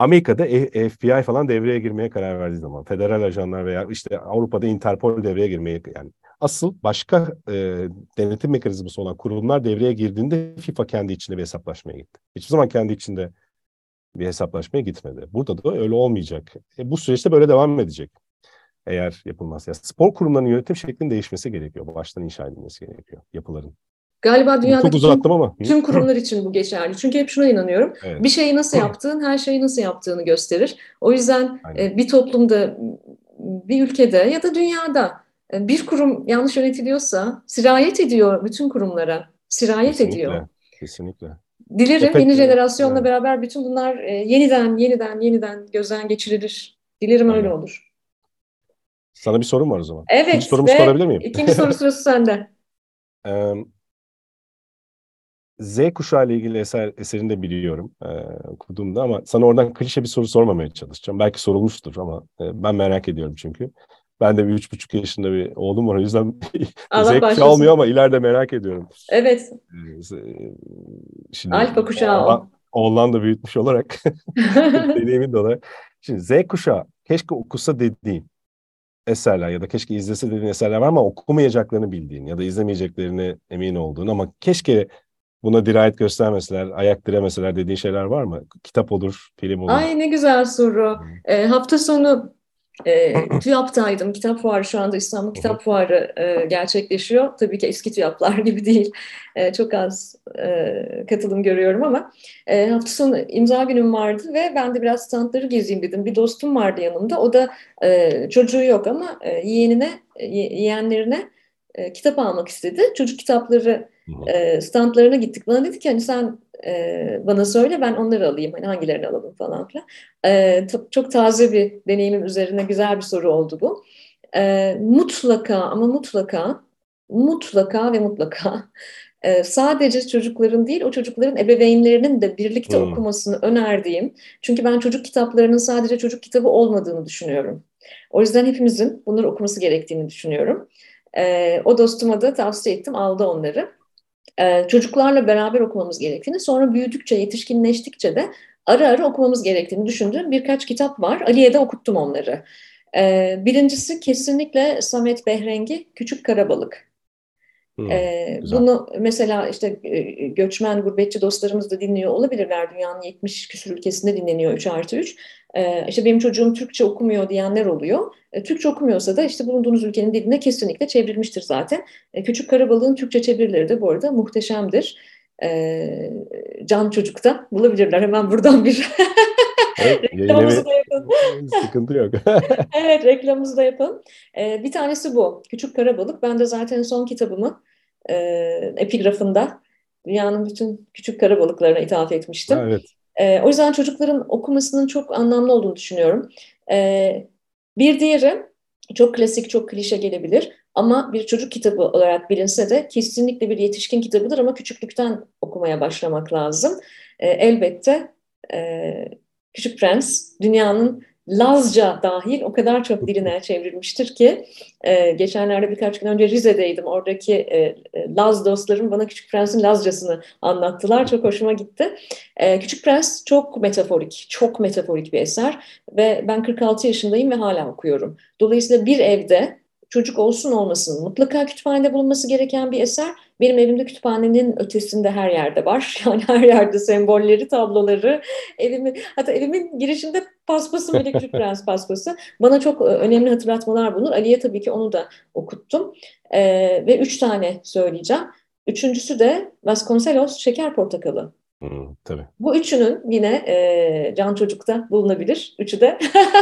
Amerika'da F B I falan devreye girmeye karar verdiği zaman, federal ajanlar veya işte Avrupa'da Interpol devreye girmeye, yani asıl başka e, denetim mekanizması olan kurumlar devreye girdiğinde FIFA kendi içinde bir hesaplaşmaya gitti. Hiçbir zaman kendi içinde bir hesaplaşmaya gitmedi. Burada da öyle olmayacak. E, bu süreçte böyle devam edecek. Eğer yapılmazsa. Yani spor kurumlarının yönetim şeklinin değişmesi gerekiyor. Baştan inşa edilmesi gerekiyor yapıların. Galiba Çok dünyadaki uzattım tüm, ama. tüm kurumlar için bu geçerli. Çünkü hep şuna inanıyorum. Evet. Bir şeyi nasıl yaptığın, her şeyi nasıl yaptığını gösterir. O yüzden Aynen. bir toplumda, bir ülkede ya da dünyada bir kurum yanlış yönetiliyorsa sirayet ediyor bütün kurumlara. Sirayet Kesinlikle. ediyor. Kesinlikle. Dilerim Efekt, yeni jenerasyonla evet. beraber bütün bunlar yeniden, yeniden, yeniden gözden geçirilir. Dilerim öyle Aynen. olur. Sana bir sorum var o zaman. İkinci Evet sorumu ve sorabilir miyim? ikinci soru sırası sende. Ee, Z kuşağı ile ilgili eser, eserini de biliyorum e, okuduğumda, ama sana oradan klişe bir soru sormamaya çalışacağım. Belki sorulmuştur ama e, ben merak ediyorum çünkü. Ben de bir üç buçuk yaşında bir oğlum var. O yüzden Z Allah kuşağı olmuyor başlasın. ama ileride merak ediyorum. Evet, E, Şimdi alfa kuşağı oğlan, o. oğlan da büyütmüş olarak deneyimin de olarak. Şimdi Z kuşağı keşke okusa dediğin eserler ya da keşke izlese dediğin eserler var ama okumayacaklarını bildiğin ya da izlemeyeceklerini emin olduğun ama keşke buna dirayet göstermeseler, ayak diremeseler dediğin şeyler var mı? Kitap olur, film olur. Ay ne güzel soru. Hmm. E, hafta sonu e, TÜYAP'taydım. Kitap Fuarı şu anda İstanbul Hı hı. Kitap Fuarı e, gerçekleşiyor. Tabii ki eski TÜYAP'lar gibi değil. E, çok az e, katılım görüyorum ama e, hafta sonu imza günüm vardı ve ben de biraz standları gezeyim dedim. Bir dostum vardı yanımda. O da e, çocuğu yok ama e, yeğenine, e, yeğenlerine e, kitap almak istedi. Çocuk kitapları Hı hı. e, standlarına gittik. Bana dedi ki hani sen e, bana söyle ben onları alayım. Hani hangilerini alalım falan filan. E, çok taze bir deneyimim üzerine güzel bir soru oldu bu. E, mutlaka ama mutlaka mutlaka ve mutlaka e, sadece çocukların değil o çocukların ebeveynlerinin de birlikte Hı. okumasını önerdiğim. Çünkü ben çocuk kitaplarının sadece çocuk kitabı olmadığını düşünüyorum. O yüzden hepimizin bunları okuması gerektiğini düşünüyorum. E, o dostuma da tavsiye ettim, aldı onları. Ee, çocuklarla beraber okumamız gerektiğini, sonra büyüdükçe, yetişkinleştikçe de ara ara okumamız gerektiğini düşündüğüm birkaç kitap var. Ali'ye de okuttum onları. Ee, birincisi kesinlikle Samet Behrengi, Küçük Karabalık. Hı. Ee, Güzel. bunu mesela işte e, göçmen, gurbetçi dostlarımız da dinliyor olabilirler. Dünyanın yetmiş küsur ülkesinde dinleniyor üç artı üç. Ee, işte benim çocuğum Türkçe okumuyor diyenler oluyor. E, Türkçe okumuyorsa da işte bulunduğunuz ülkenin diline kesinlikle çevrilmiştir zaten. E, Küçük Karabalık'ın Türkçe çevirileri de bu arada muhteşemdir. Ee, Can Çocuk'ta bulabilirler. Hemen buradan bir Evet, yayın reklamımızı evi da yapın. sıkıntı yok. Evet, reklamımızı da yapalım. Ee, bir tanesi bu. Küçük Karabalık. Ben de zaten son kitabımı e, epigrafında dünyanın bütün küçük karabalıklarına ithaf Ha, etmiştim. evet. E, o yüzden çocukların okumasının çok anlamlı olduğunu düşünüyorum. E, bir diğeri çok klasik, çok klişe gelebilir. Ama bir çocuk kitabı olarak bilinse de kesinlikle bir yetişkin kitabıdır ama küçüklükten okumaya başlamak lazım. E, elbette e, Küçük Prens dünyanın Lazca dahil o kadar çok diline çevrilmiştir ki e, geçenlerde birkaç gün önce Rize'deydim. Oradaki e, Laz dostlarım bana Küçük Prens'in Lazcasını anlattılar. Çok hoşuma gitti. E, Küçük Prens çok metaforik, çok metaforik bir eser ve ben kırk altı yaşındayım ve hala okuyorum. Dolayısıyla bir evde çocuk olsun olmasın mutlaka kütüphanede bulunması gereken bir eser. Benim evimde kütüphanenin ötesinde her yerde var. Yani her yerde sembolleri, tabloları, evimin, hatta evimin girişinde paspasım bile Küçük Prens paspası. Bana çok e, önemli hatırlatmalar bulunur. Ali'ye tabii ki onu da okuttum. Ee, ve üç tane söyleyeceğim. Üçüncüsü de Vasconcelos Şeker Portakalı. Hı, tabii. Bu üçünün yine e, Can Çocuk'ta bulunabilir. Üçü de.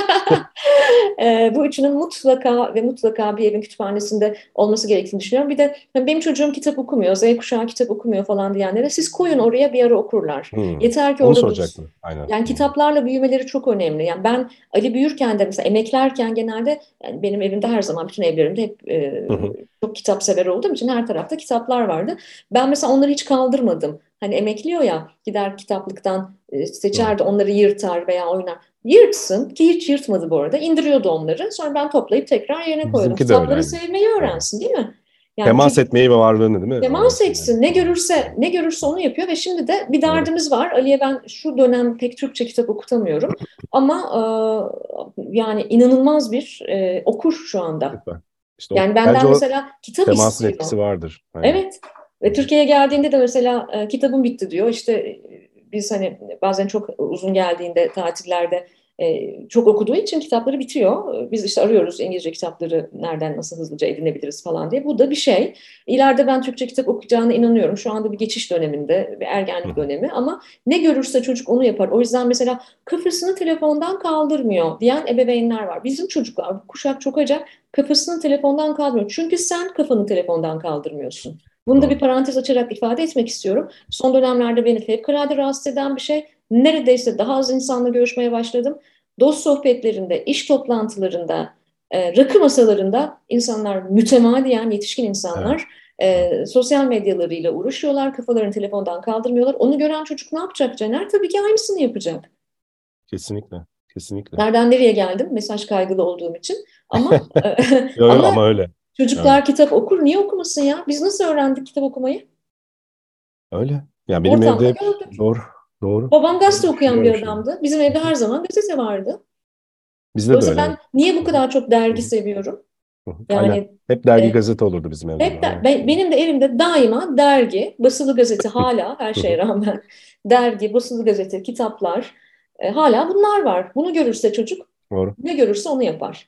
e, bu üçünün mutlaka ve mutlaka bir evin kütüphanesinde olması gerektiğini düşünüyorum. Bir de benim çocuğum kitap okumuyor, Z kuşağı kitap okumuyor falan diyenlere siz koyun oraya bir ara okurlar. Hı. Yeter ki Onu orada dursun. soracaktım. Aynen. Yani Hı. kitaplarla büyümeleri çok önemli. Yani ben Ali büyürken de mesela emeklerken genelde yani benim evimde her zaman bütün evlerimde hep e, Hı hı. çok kitap sever olduğum için her tarafta kitaplar vardı. Ben mesela onları hiç kaldırmadım. Hani emekliyor ya gider kitaplıktan e, Hı. seçer de onları yırtar veya oynar. Yırtsın ki hiç yırtmadı bu arada. İndiriyordu onları. Sonra ben toplayıp tekrar yerine koyuyordum. Bizimki de öyle Kitapları aynı. sevmeyi Aynen. öğrensin değil mi? Yani Temas çocuk etmeyi ve varlığını değil mi? temas Anlatıyor. etsin. Ne görürse ne görürse onu yapıyor ve şimdi de bir derdimiz var. Ali'ye ben şu dönem pek Türkçe kitap okutamıyorum. Ama e, yani inanılmaz bir e, okur şu anda. Süper. İşte o, Yani bence benden o mesela kitap temasın istiyor. etkisi vardır. Aynen. Evet. Hı Ve hı. Türkiye'ye geldiğinde de mesela e, kitabım bitti diyor. İşte e, biz hani bazen çok uzun geldiğinde tatillerde e, çok okuduğu için kitapları bitiyor. Biz işte arıyoruz İngilizce kitapları nereden nasıl hızlıca edinebiliriz falan diye. Bu da bir şey. İleride ben Türkçe kitap okuyacağına inanıyorum. Şu anda bir geçiş döneminde, bir Hı ergenlik hı. dönemi ama ne görürse çocuk onu yapar. O yüzden mesela kafasını telefondan kaldırmıyor diyen ebeveynler var. Bizim çocuklar, bu kuşak çok acayip kafasını telefondan kaldırmıyor. Çünkü sen kafanı telefondan kaldırmıyorsun. Bunu da bir Doğru. parantez açarak ifade etmek istiyorum. Son dönemlerde beni fevkalade rahatsız eden bir şey. Neredeyse daha az insanla görüşmeye başladım. Dost sohbetlerinde, iş toplantılarında, e, rakı masalarında insanlar mütemadiyen yetişkin Evet. insanlar Evet. e, sosyal medyalarıyla uğraşıyorlar. Kafalarını telefondan kaldırmıyorlar. Onu gören çocuk ne yapacak Caner? Tabii ki aynısını yapacak. Kesinlikle. Kesinlikle. Nereden nereye geldim? Mesaj kaygılı olduğum için. Ama Yo, yo, ama ama öyle. Öyle. çocuklar kitap okur. Niye okumasın ya? Biz nasıl öğrendik kitap okumayı? Öyle. Yani benim evde Ortamda hep gördük. doğru. Doğru. Babam gazete Doğru okuyan bir düşünüyorum şimdi. adamdı. Bizim Hı evde hı. her zaman gazete vardı. Bizde de Dolayısıyla öyle. Evet. ben niye bu Hı hı. kadar çok Hı dergi hı. seviyorum? Hı hı. Aynen. Yani Hep dergi e, gazete olurdu bizim evde de. hep de, Aynen. ben- Hı benim de elimde daima dergi, basılı gazete hala her hı. şeye Hı. rağmen dergi, basılı gazete, kitaplar e, hala bunlar var. Bunu görürse çocuk Doğru. ne görürse onu yapar.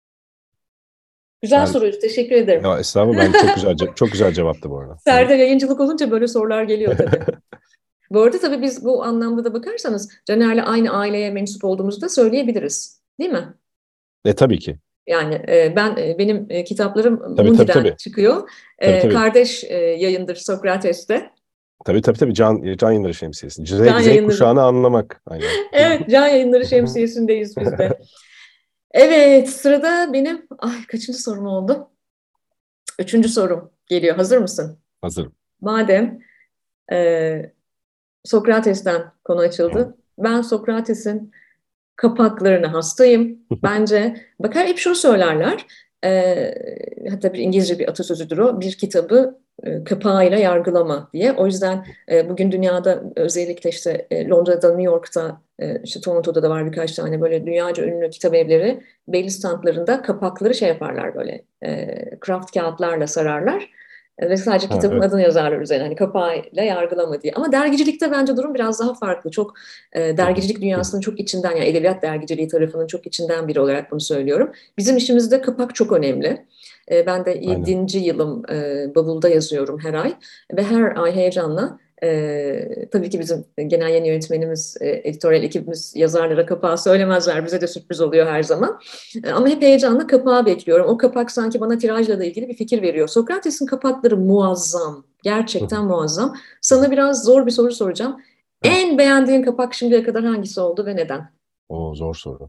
Güzel Ben soruydu. Teşekkür ederim. ya estağfurullah, ben çok güzel ce- çok güzel cevaptı bu arada. Hı hı. Serde yayıncılık olunca böyle sorular geliyor tabii. Bu arada tabii biz bu anlamda da bakarsanız Caner'le aynı aileye mensup olduğumuzu da söyleyebiliriz. Değil mi? E tabii ki. Yani e, ben e, benim e, kitaplarım Tabii tabii Mundi'den tabii. çıkıyor. Tabii E, tabii. kardeş e, yayındır Sokrates'te. Tabii tabii tabii. Can Can Yayınları Şemsiyesi. Z, Can Z Yayınları. kuşağını anlamak. Aynen. Evet, Can Yayınları şemsiyesindeyiz biz de. Evet, sırada benim, ay kaçıncı sorum oldu? Üçüncü sorum geliyor. Hazır mısın? Hazırım. Madem e, Sokrates'ten konu Hı. açıldı. Ben Sokrates'in kapaklarına hastayım. Bence bakar hep şunu söylerler. E, hatta bir İngilizce bir atasözüdür o. Bir kitabı e, kapağıyla yargılama diye. O yüzden e, bugün dünyada özellikle işte e, Londra'da, New York'ta, e, işte Toronto'da da var birkaç tane böyle dünyaca ünlü kitap evleri belli standlarında kapakları şey yaparlar böyle e, craft kağıtlarla sararlar. E, Ve sadece Ha, kitabın evet. adını yazarlar üzerine hani kapağıyla yargılama diye. Ama dergicilikte bence durum biraz daha farklı. Çok e, Hı hı. dergicilik Hı hı. dünyasının çok içinden yani edebiyat dergiciliği tarafının çok içinden biri olarak bunu söylüyorum. Bizim işimizde kapak çok önemli. E, ben de Aynen. yedinci yılım e, bavulda yazıyorum her ay ve her ay heyecanla e, tabii ki bizim genel yayın yönetmenimiz, e, editoryal ekibimiz yazarlara kapağı söylemezler. Bize de sürpriz oluyor her zaman. E, ama hep heyecanla kapağı bekliyorum. O kapak sanki bana tirajla da ilgili bir fikir veriyor. Sokrates'in kapakları muazzam. Hı hı. Gerçekten muazzam. Hı hı. Sana biraz zor bir soru soracağım. Evet. En beğendiğin kapak şimdiye kadar hangisi oldu ve neden? O zor soru.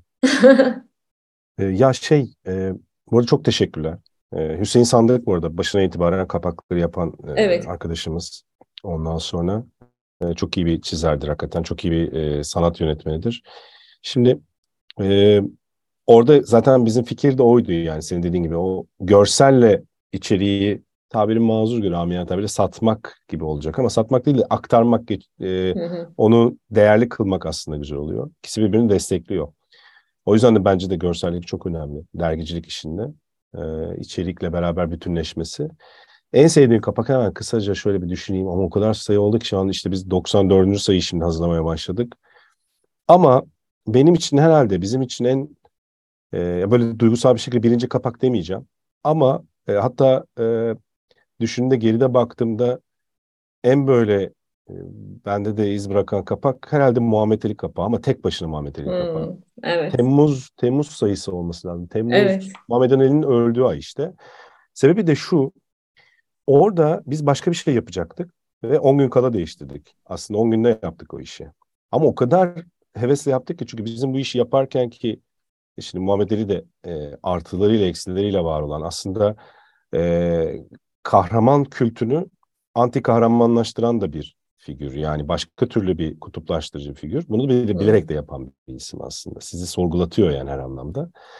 E, ya şey, e, bu arada çok teşekkürler. E, Hüseyin Sandık bu arada başına itibaren kapakları yapan e, Evet. arkadaşımız. Ondan sonra e, çok iyi bir çizerdir hakikaten. Çok iyi bir e, sanat yönetmenidir. Şimdi e, orada zaten bizim fikir de oydu, yani senin dediğin gibi o görselle içeriği, tabirin mazur göre amiyane tabirle satmak gibi olacak ama satmak değil de aktarmak, geç- e, Hı hı. onu değerli kılmak aslında güzel oluyor. İkisi birbirini destekliyor. O yüzden de bence de görsellik çok önemli dergicilik işinde. Ee, içerikle beraber bütünleşmesi. En sevdiğim kapak, hemen kısaca şöyle bir düşüneyim ama o kadar sayı oldu ki şu an işte biz doksan dördüncü sayıyı şimdi hazırlamaya başladık. Ama benim için herhalde bizim için en e, böyle duygusal bir şekilde birinci kapak demeyeceğim. Ama e, hatta e, düşünde geride baktığımda en böyle e, bende de iz bırakan kapak herhalde Muhammed Ali kapağı, ama tek başına Muhammed Ali kapağı. Hmm, evet. Temmuz Temmuz sayısı olması lazım. Temmuz, Evet. Muhammed Ali'nin öldüğü ay işte. Sebebi de şu: orada biz başka bir şey yapacaktık ve on gün kala değiştirdik. Aslında on günde yaptık o işi. Ama o kadar hevesle yaptık ki, çünkü bizim bu işi yaparken ki e, şimdi Muhammed Ali de e, artılarıyla eksileriyle var olan, aslında e, kahraman kültünü anti kahramanlaştıran da bir figür. Yani başka türlü bir kutuplaştırıcı figür. Bunu bir de bilerek Hmm. de yapan bir isim aslında. Sizi sorgulatıyor yani her anlamda.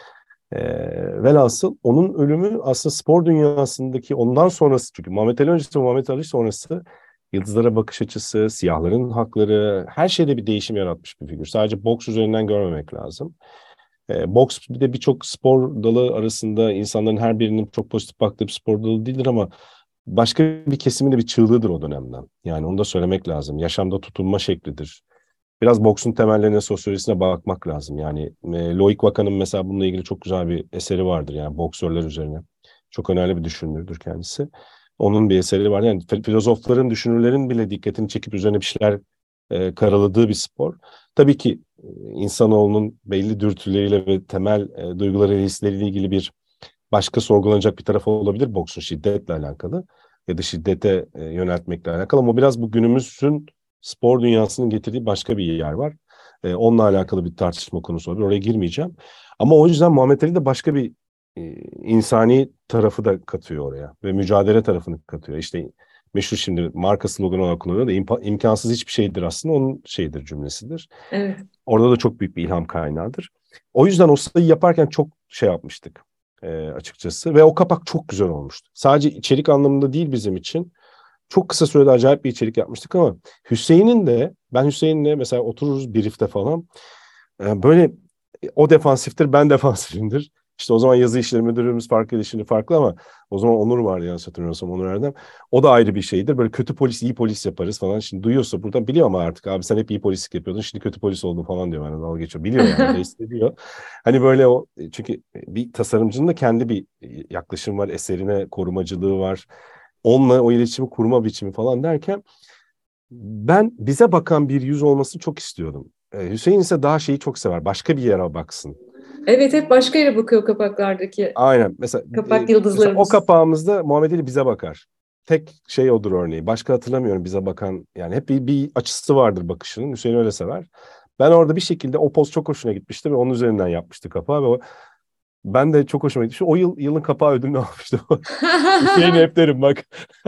E, velhasıl onun ölümü aslında spor dünyasındaki ondan sonrası, çünkü Muhammed Ali öncesi ve Muhammed Ali sonrası yıldızlara bakış açısı, siyahların hakları, her şeyde bir değişim yaratmış bir figür. Sadece boks üzerinden görmemek lazım. E, boks bir de birçok spor dalı arasında insanların her birinin çok pozitif baktığı bir spor dalı değildir ama başka bir kesimin de bir çığlığıdır o dönemden. Yani onu da söylemek lazım. Yaşamda tutunma şeklidir. Biraz boksun temellerine, sosyolojisine bakmak lazım. Yani e, Loic Waca'nın mesela bununla ilgili çok güzel bir eseri vardır. Yani boksörler üzerine. Çok önemli bir düşünürdür kendisi. Onun bir eseri var. Yani filozofların, düşünürlerin bile dikkatini çekip üzerine bir şeyler e, karaladığı bir spor. Tabii ki e, insanoğlunun belli dürtüleriyle ve temel e, duyguları ve hisleriyle ilgili bir başka sorgulanacak bir tarafı olabilir boksun, şiddetle alakalı ya da şiddete e, yöneltmekle alakalı, ama biraz bu günümüzün spor dünyasının getirdiği başka bir yer var. E, onunla alakalı bir tartışma konusu olabilir. Oraya girmeyeceğim. Ama o yüzden Muhammed Ali de başka bir e, insani tarafı da katıyor oraya ve mücadele tarafını katıyor. İşte meşhur şimdi marka sloganı olarak kullanıyor da impa- imkansız hiçbir şeydir aslında onun şeyidir, cümlesidir. Evet. Orada da çok büyük bir ilham kaynağıdır. O yüzden o sayıyı yaparken çok şey yapmıştık e, açıkçası ve o kapak çok güzel olmuştu. Sadece içerik anlamında değil bizim için. Çok kısa sürede acayip bir içerik yapmıştık ama Hüseyin'in de, ben Hüseyin'le mesela otururuz briefte falan. E, böyle o defansiftir, ben defansifimdir. İşte o zaman yazı işleri müdürümüz farklı, şimdi farklı ama o zaman Onur vardı yanlış hatırlamıyorsam, Onur Erdem. O da ayrı bir şeydir. Böyle kötü polis, iyi polis yaparız falan. Şimdi duyuyorsa buradan biliyor ama artık abi sen hep iyi polislik yapıyordun. Şimdi kötü polis oldun falan diyor. Yani dalga geçiyor. Biliyor yani, o da hissediyor. Hani böyle o, çünkü bir tasarımcının da kendi bir yaklaşım var. Eserine korumacılığı var. Onunla o iletişimi kurma biçimi falan derken ben bize bakan bir yüz olmasını çok istiyordum. Ee, Hüseyin ise daha şeyi çok sever. Başka bir yere baksın. Evet, hep başka yere bakıyor kapaklardaki Aynen. Mesela, kapak e, mesela o yıldızlarımız. kapağımızda Muhammed Ali bize bakar. Tek şey odur örneği. Başka hatırlamıyorum bize bakan. Yani hep bir, bir açısı vardır bakışının. Hüseyin öyle sever. Ben orada bir şekilde o poz çok hoşuna gitmişti ve onun üzerinden yapmıştı kapağı ve o, ben de çok hoşuma gitmişti. O yıl yılın kapağı ödülünü almıştı. Hüseyin'i hep derim bak.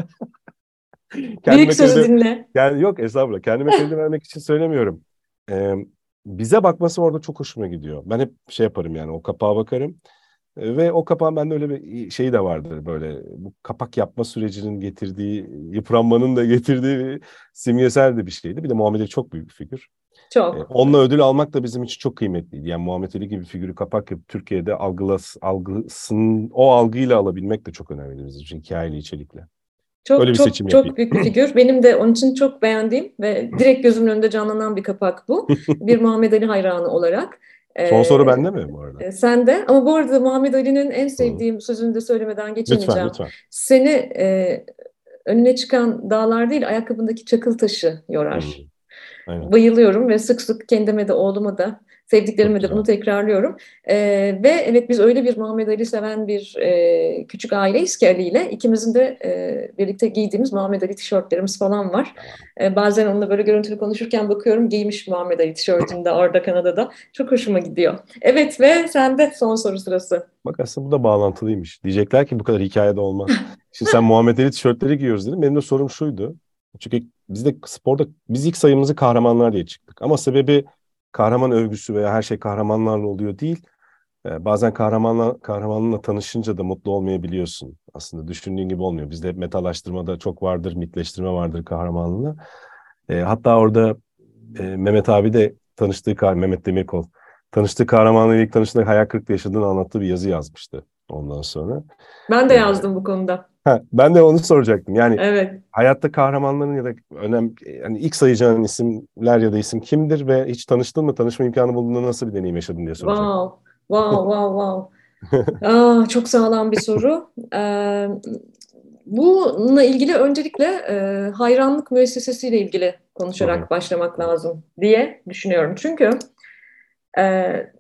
Büyük Kendime sözü kredi, dinle. yani yok estağfurullah. Kendime kredi vermek için söylemiyorum. Ee, bize bakması orada çok hoşuma gidiyor. Ben hep şey yaparım yani, o kapağa bakarım. Ee, ve o kapağın bende öyle bir şey de vardır böyle. Bu kapak yapma sürecinin getirdiği, yıpranmanın da getirdiği bir simgesel de bir şeydi. Bir de Muhammed Ali çok büyük bir figür. Ee, Çok. onunla ödül almak da bizim için çok kıymetliydi. Yani Muhammed Ali gibi bir figürü kapak yapıp Türkiye'de algılas, algısın, o algıyla alabilmek de çok önemli bizim için, hikayeyle, içerikle. Öyle Çok bir çok seçim yapayım. çok büyük bir figür. Benim de onun için çok beğendiğim ve direkt gözümün önünde canlanan bir kapak bu. Bir Muhammed Ali hayranı olarak. Son soru Ee, bende mi bu arada? e, sen de. Ama bu arada Muhammed Ali'nin en Hı. sevdiğim sözünü de söylemeden Lütfen, geçemeyeceğim. lütfen. Seni e, önüne çıkan dağlar değil, ayakkabındaki çakıl taşı Hı. yorar. Aynen. Bayılıyorum ve sık sık kendime de oğluma da Çok sevdiklerime de bunu güzel. tekrarlıyorum. Ee, ve evet, biz öyle bir Muhammed Ali seven bir e, küçük aileyiz ki Ali ile ikimizin de e, birlikte giydiğimiz Muhammed Ali tişörtlerimiz falan var. Tamam. E, bazen onunla böyle görüntülü konuşurken bakıyorum, giymiş Muhammed Ali tişörtünü de orada Kanada'da. Çok hoşuma gidiyor. Evet, ve sende son soru sırası. Bak aslında bu da bağlantılıymış. Diyecekler ki bu kadar hikayede olmaz. Şimdi sen Muhammed Ali tişörtleri giyiyoruz dedin. Benim de sorum şuydu. Çünkü biz de sporda biz ilk sayımızı kahramanlar diye çıktık. Ama sebebi kahraman övgüsü veya her şey kahramanlarla oluyor değil. Ee, bazen kahramanla, kahramanla tanışınca da mutlu olmayabiliyorsun. Aslında düşündüğün gibi olmuyor. Bizde hep metalaştırmada çok vardır, mitleştirme vardır kahramanlığı. Ee, hatta orada e, Mehmet abi de tanıştığı kah Mehmet Demirkol tanıştığı kahramanla ilk tanıştığında hayal kırıklığı yaşadığını anlattığı bir yazı yazmıştı ondan sonra. Ben de Ee, yazdım bu konuda. ha, ben de onu soracaktım. Yani Evet. hayatta kahramanların ya da önem yani ilk sayacağın isimler ya da isim kimdir ve hiç tanıştın mı? Tanışma imkanı bulduğunda nasıl bir deneyim yaşadın diye soracaktım. Wow. Wow, wow, wow. Aa, çok sağlam bir soru. Ee, bununla ilgili öncelikle e, hayranlık müessesesiyle ilgili Hı hı. konuşarak başlamak lazım diye düşünüyorum. Çünkü e,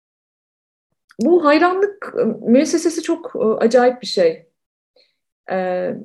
bu hayranlık müessesesi çok e, acayip bir şey. E,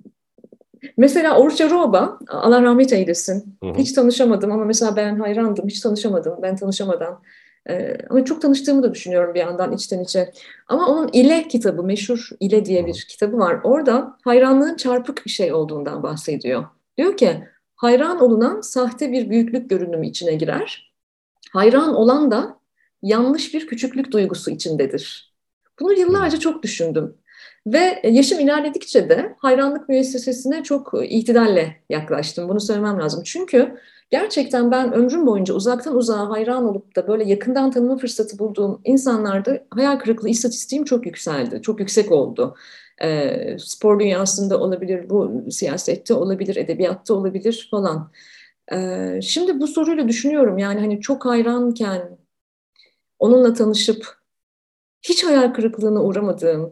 mesela Oruç Aruoba, Allah rahmet eylesin. Hı hı. Hiç tanışamadım ama mesela ben hayrandım. Hiç tanışamadım ben tanışamadan. Ee, ama çok tanıştığımı da düşünüyorum bir yandan içten içe. Ama onun İle kitabı, meşhur İle Hı diye hı. bir kitabı var. Orada hayranlığın çarpık bir şey olduğundan bahsediyor. Diyor ki hayran olunan sahte bir büyüklük görünümü içine girer. Hayran olan da yanlış bir küçüklük duygusu içindedir. Bunu yıllarca çok düşündüm. Ve yaşım ilerledikçe de hayranlık müessesesine çok itidalle yaklaştım. Bunu söylemem lazım. Çünkü gerçekten ben ömrüm boyunca uzaktan uzağa hayran olup da böyle yakından tanıma fırsatı bulduğum insanlarda hayal kırıklığı istatistiğim çok yükseldi. Çok yüksek oldu. E, spor dünyasında olabilir, bu siyasette olabilir, edebiyatta olabilir falan. E, şimdi bu soruyla düşünüyorum. Yani hani çok hayranken onunla tanışıp hiç hayal kırıklığına uğramadığım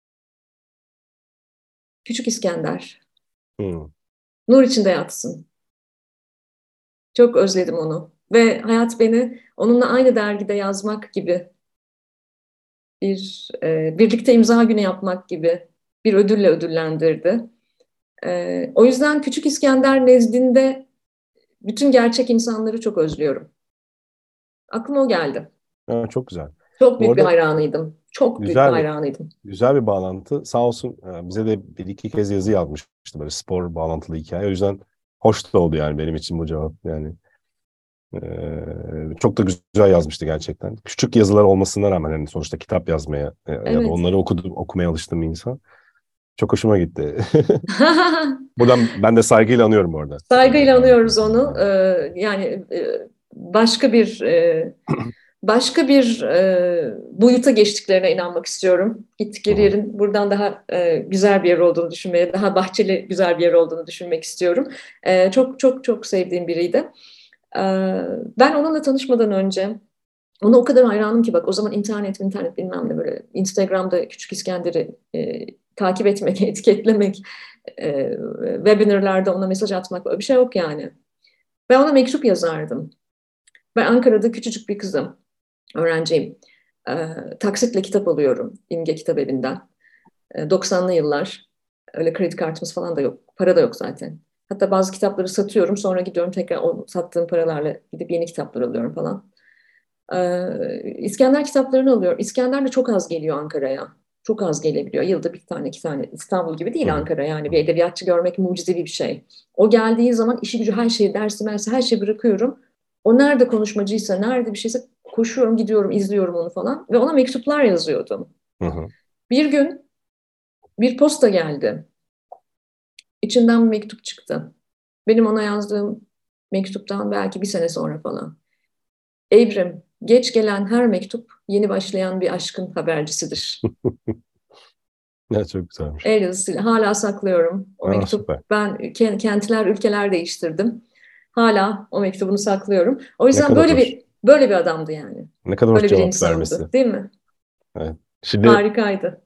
Küçük İskender. Hmm. Nur içinde yatsın. Çok özledim onu. Ve hayat beni onunla aynı dergide yazmak gibi bir e, birlikte imza günü yapmak gibi bir ödülle ödüllendirdi. E, o yüzden Küçük İskender nezdinde bütün gerçek insanları çok özlüyorum. Aklıma o geldi. Ha, çok güzel. Çok Bu büyük bir arada hayranıydım. Çok büyük bir güzel bir hayranıydım. güzel bir bağlantı. Sağ olsun e, bize de bir iki kez yazı yazmıştı böyle spor bağlantılı hikaye. O yüzden hoş da oldu yani benim için bu cevap. Yani e, çok da güzel yazmıştı gerçekten. Küçük yazılar olmasına rağmen yani sonuçta kitap yazmaya e, ya da Evet. onları okudum, okumaya alıştığım bir insan. Çok hoşuma gitti. Buradan ben de saygıyla anıyorum bu arada. E, Saygıyla rahmetli anıyoruz onu. insanı. Ee, yani e, başka bir e, başka bir e, boyuta geçtiklerine inanmak istiyorum. Hı Gittikleri hı. yerin buradan daha e, güzel bir yer olduğunu düşünmeye, daha bahçeli güzel bir yer olduğunu düşünmek istiyorum. E, çok çok çok sevdiğim biriydi. E, ben onunla tanışmadan önce ona o kadar hayranım ki bak o zaman internet internet bilmem ne böyle Instagram'da Küçük İskender'i e, takip etmek, etiketlemek, e, webinarlarda ona mesaj atmak böyle bir şey yok yani. Ben ona mektup yazardım. Ben Ankara'da küçücük bir kızım, öğrenciyim. E, taksitle kitap alıyorum İmge Kitabevi'nden. E, doksanlı yıllar. Öyle kredi kartımız falan da yok. Para da yok zaten. Hatta bazı kitapları satıyorum. Sonra gidiyorum tekrar o sattığım paralarla gidip yeni kitaplar alıyorum falan. Ee, İskender kitaplarını alıyorum. İskender de çok az geliyor Ankara'ya. Çok az gelebiliyor. Yılda bir tane, iki tane. İstanbul gibi Hı değil hı. Ankara. Yani bir edebiyatçı görmek mucizevi bir şey. O geldiği zaman işi gücü her şeyi, dersi, mersi her şeyi bırakıyorum. O nerede konuşmacıysa, nerede bir şeyse koşuyorum, gidiyorum, izliyorum onu falan. Ve ona mektuplar yazıyordum. Hı hı. Bir gün bir posta geldi. İçinden bir mektup çıktı. Benim ona yazdığım mektuptan belki bir sene sonra falan. Evrim, geç gelen her mektup yeni başlayan bir aşkın habercisidir. Ya çok güzelmiş. El yazısıyla hala saklıyorum o Aa, mektup. süper. Ben ke- kentler, ülkeler değiştirdim. Hala o mektubunu saklıyorum. O Ne yüzden kadar böyle hoş. bir böyle bir adamdı yani. Ne kadar hoş Böyle bir cevap vermesi. insandı, değil mi? Evet. Şimdi Harikaydı.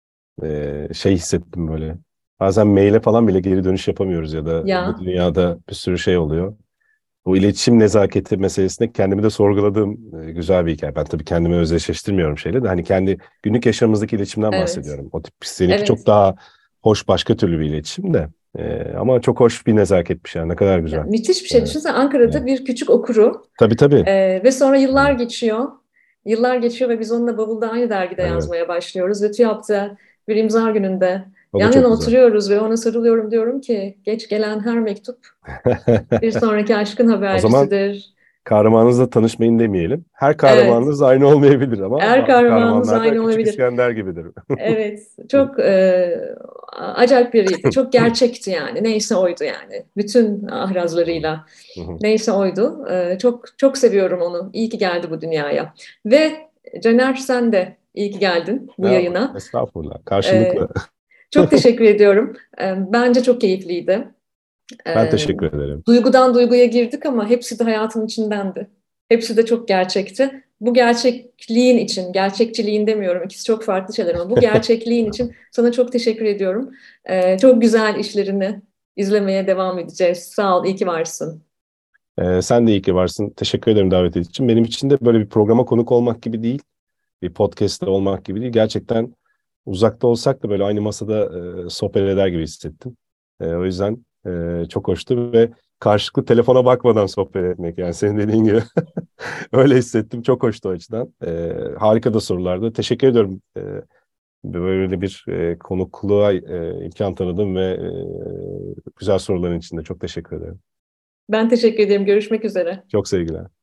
e, şey hissettim böyle. Bazen maile falan bile geri dönüş yapamıyoruz ya da bu Ya, dünyada bir sürü şey oluyor. Bu iletişim nezaketi meselesinde kendimi de sorguladığım e, güzel bir hikaye. Ben tabii kendimi özdeşleştirmiyorum şeyle de hani kendi günlük yaşamımızdaki iletişimden evet, bahsediyorum. O tip seninki çok evet. daha hoş başka türlü bir iletişim de. E, ama çok hoş bir nezaketmiş yani ne kadar Ya, güzel. müthiş bir şey. Evet. Düşünsene Evet. Ankara'da bir küçük okuru Tabii tabii. e, ve sonra yıllar Evet. geçiyor. Yıllar geçiyor ve biz onunla bavulda aynı dergide Evet. yazmaya başlıyoruz. Ve TÜYAP'ta bir imza gününde O da yan çok yana güzel. oturuyoruz ve ona sarılıyorum diyorum ki geç gelen her mektup bir sonraki aşkın O zaman habercisidir. kahramanınızla tanışmayın demeyelim. Her Evet, kahramanınız aynı olmayabilir ama er bazı kahramanımız kahramanlar da aynı Küçük olabilir. İskender gibidir. Evet, çok e, acayip biriydi. Çok gerçekti yani. Neyse oydu yani. Bütün ahrazlarıyla. Neyse oydu. E, çok çok seviyorum onu. İyi ki geldi bu dünyaya. Ve Caner sen de iyi ki geldin bu Ya, yayına. estağfurullah. E, Karşılıklı. çok teşekkür ediyorum. E, bence çok keyifliydi. Ben E, teşekkür ederim. duygudan duyguya girdik ama hepsi de hayatın içindendi. Hepsi de çok gerçekti. Bu gerçekliğin için, gerçekçiliğin demiyorum, ikisi çok farklı şeyler ama bu gerçekliğin için sana çok teşekkür ediyorum. Ee, çok güzel işlerini izlemeye devam edeceğiz. Sağ ol, iyi ki varsın. Ee, sen de iyi ki varsın. Teşekkür ederim davet için. Benim için de böyle bir programa konuk olmak gibi değil, bir podcast'te olmak gibi değil. Gerçekten uzakta olsak da böyle aynı masada e, sohbet eder gibi hissettim. E, o yüzden e, çok hoştu ve karşılıklı telefona bakmadan sohbet etmek yani senin dediğin gibi öyle hissettim. Çok hoştu o açıdan. E, harika da sorulardı. Teşekkür ediyorum. E, böyle bir e, konukluğa e, imkan tanıdım ve e, güzel soruların için de çok teşekkür ederim. Ben teşekkür ederim. Görüşmek üzere. Çok sevgiler.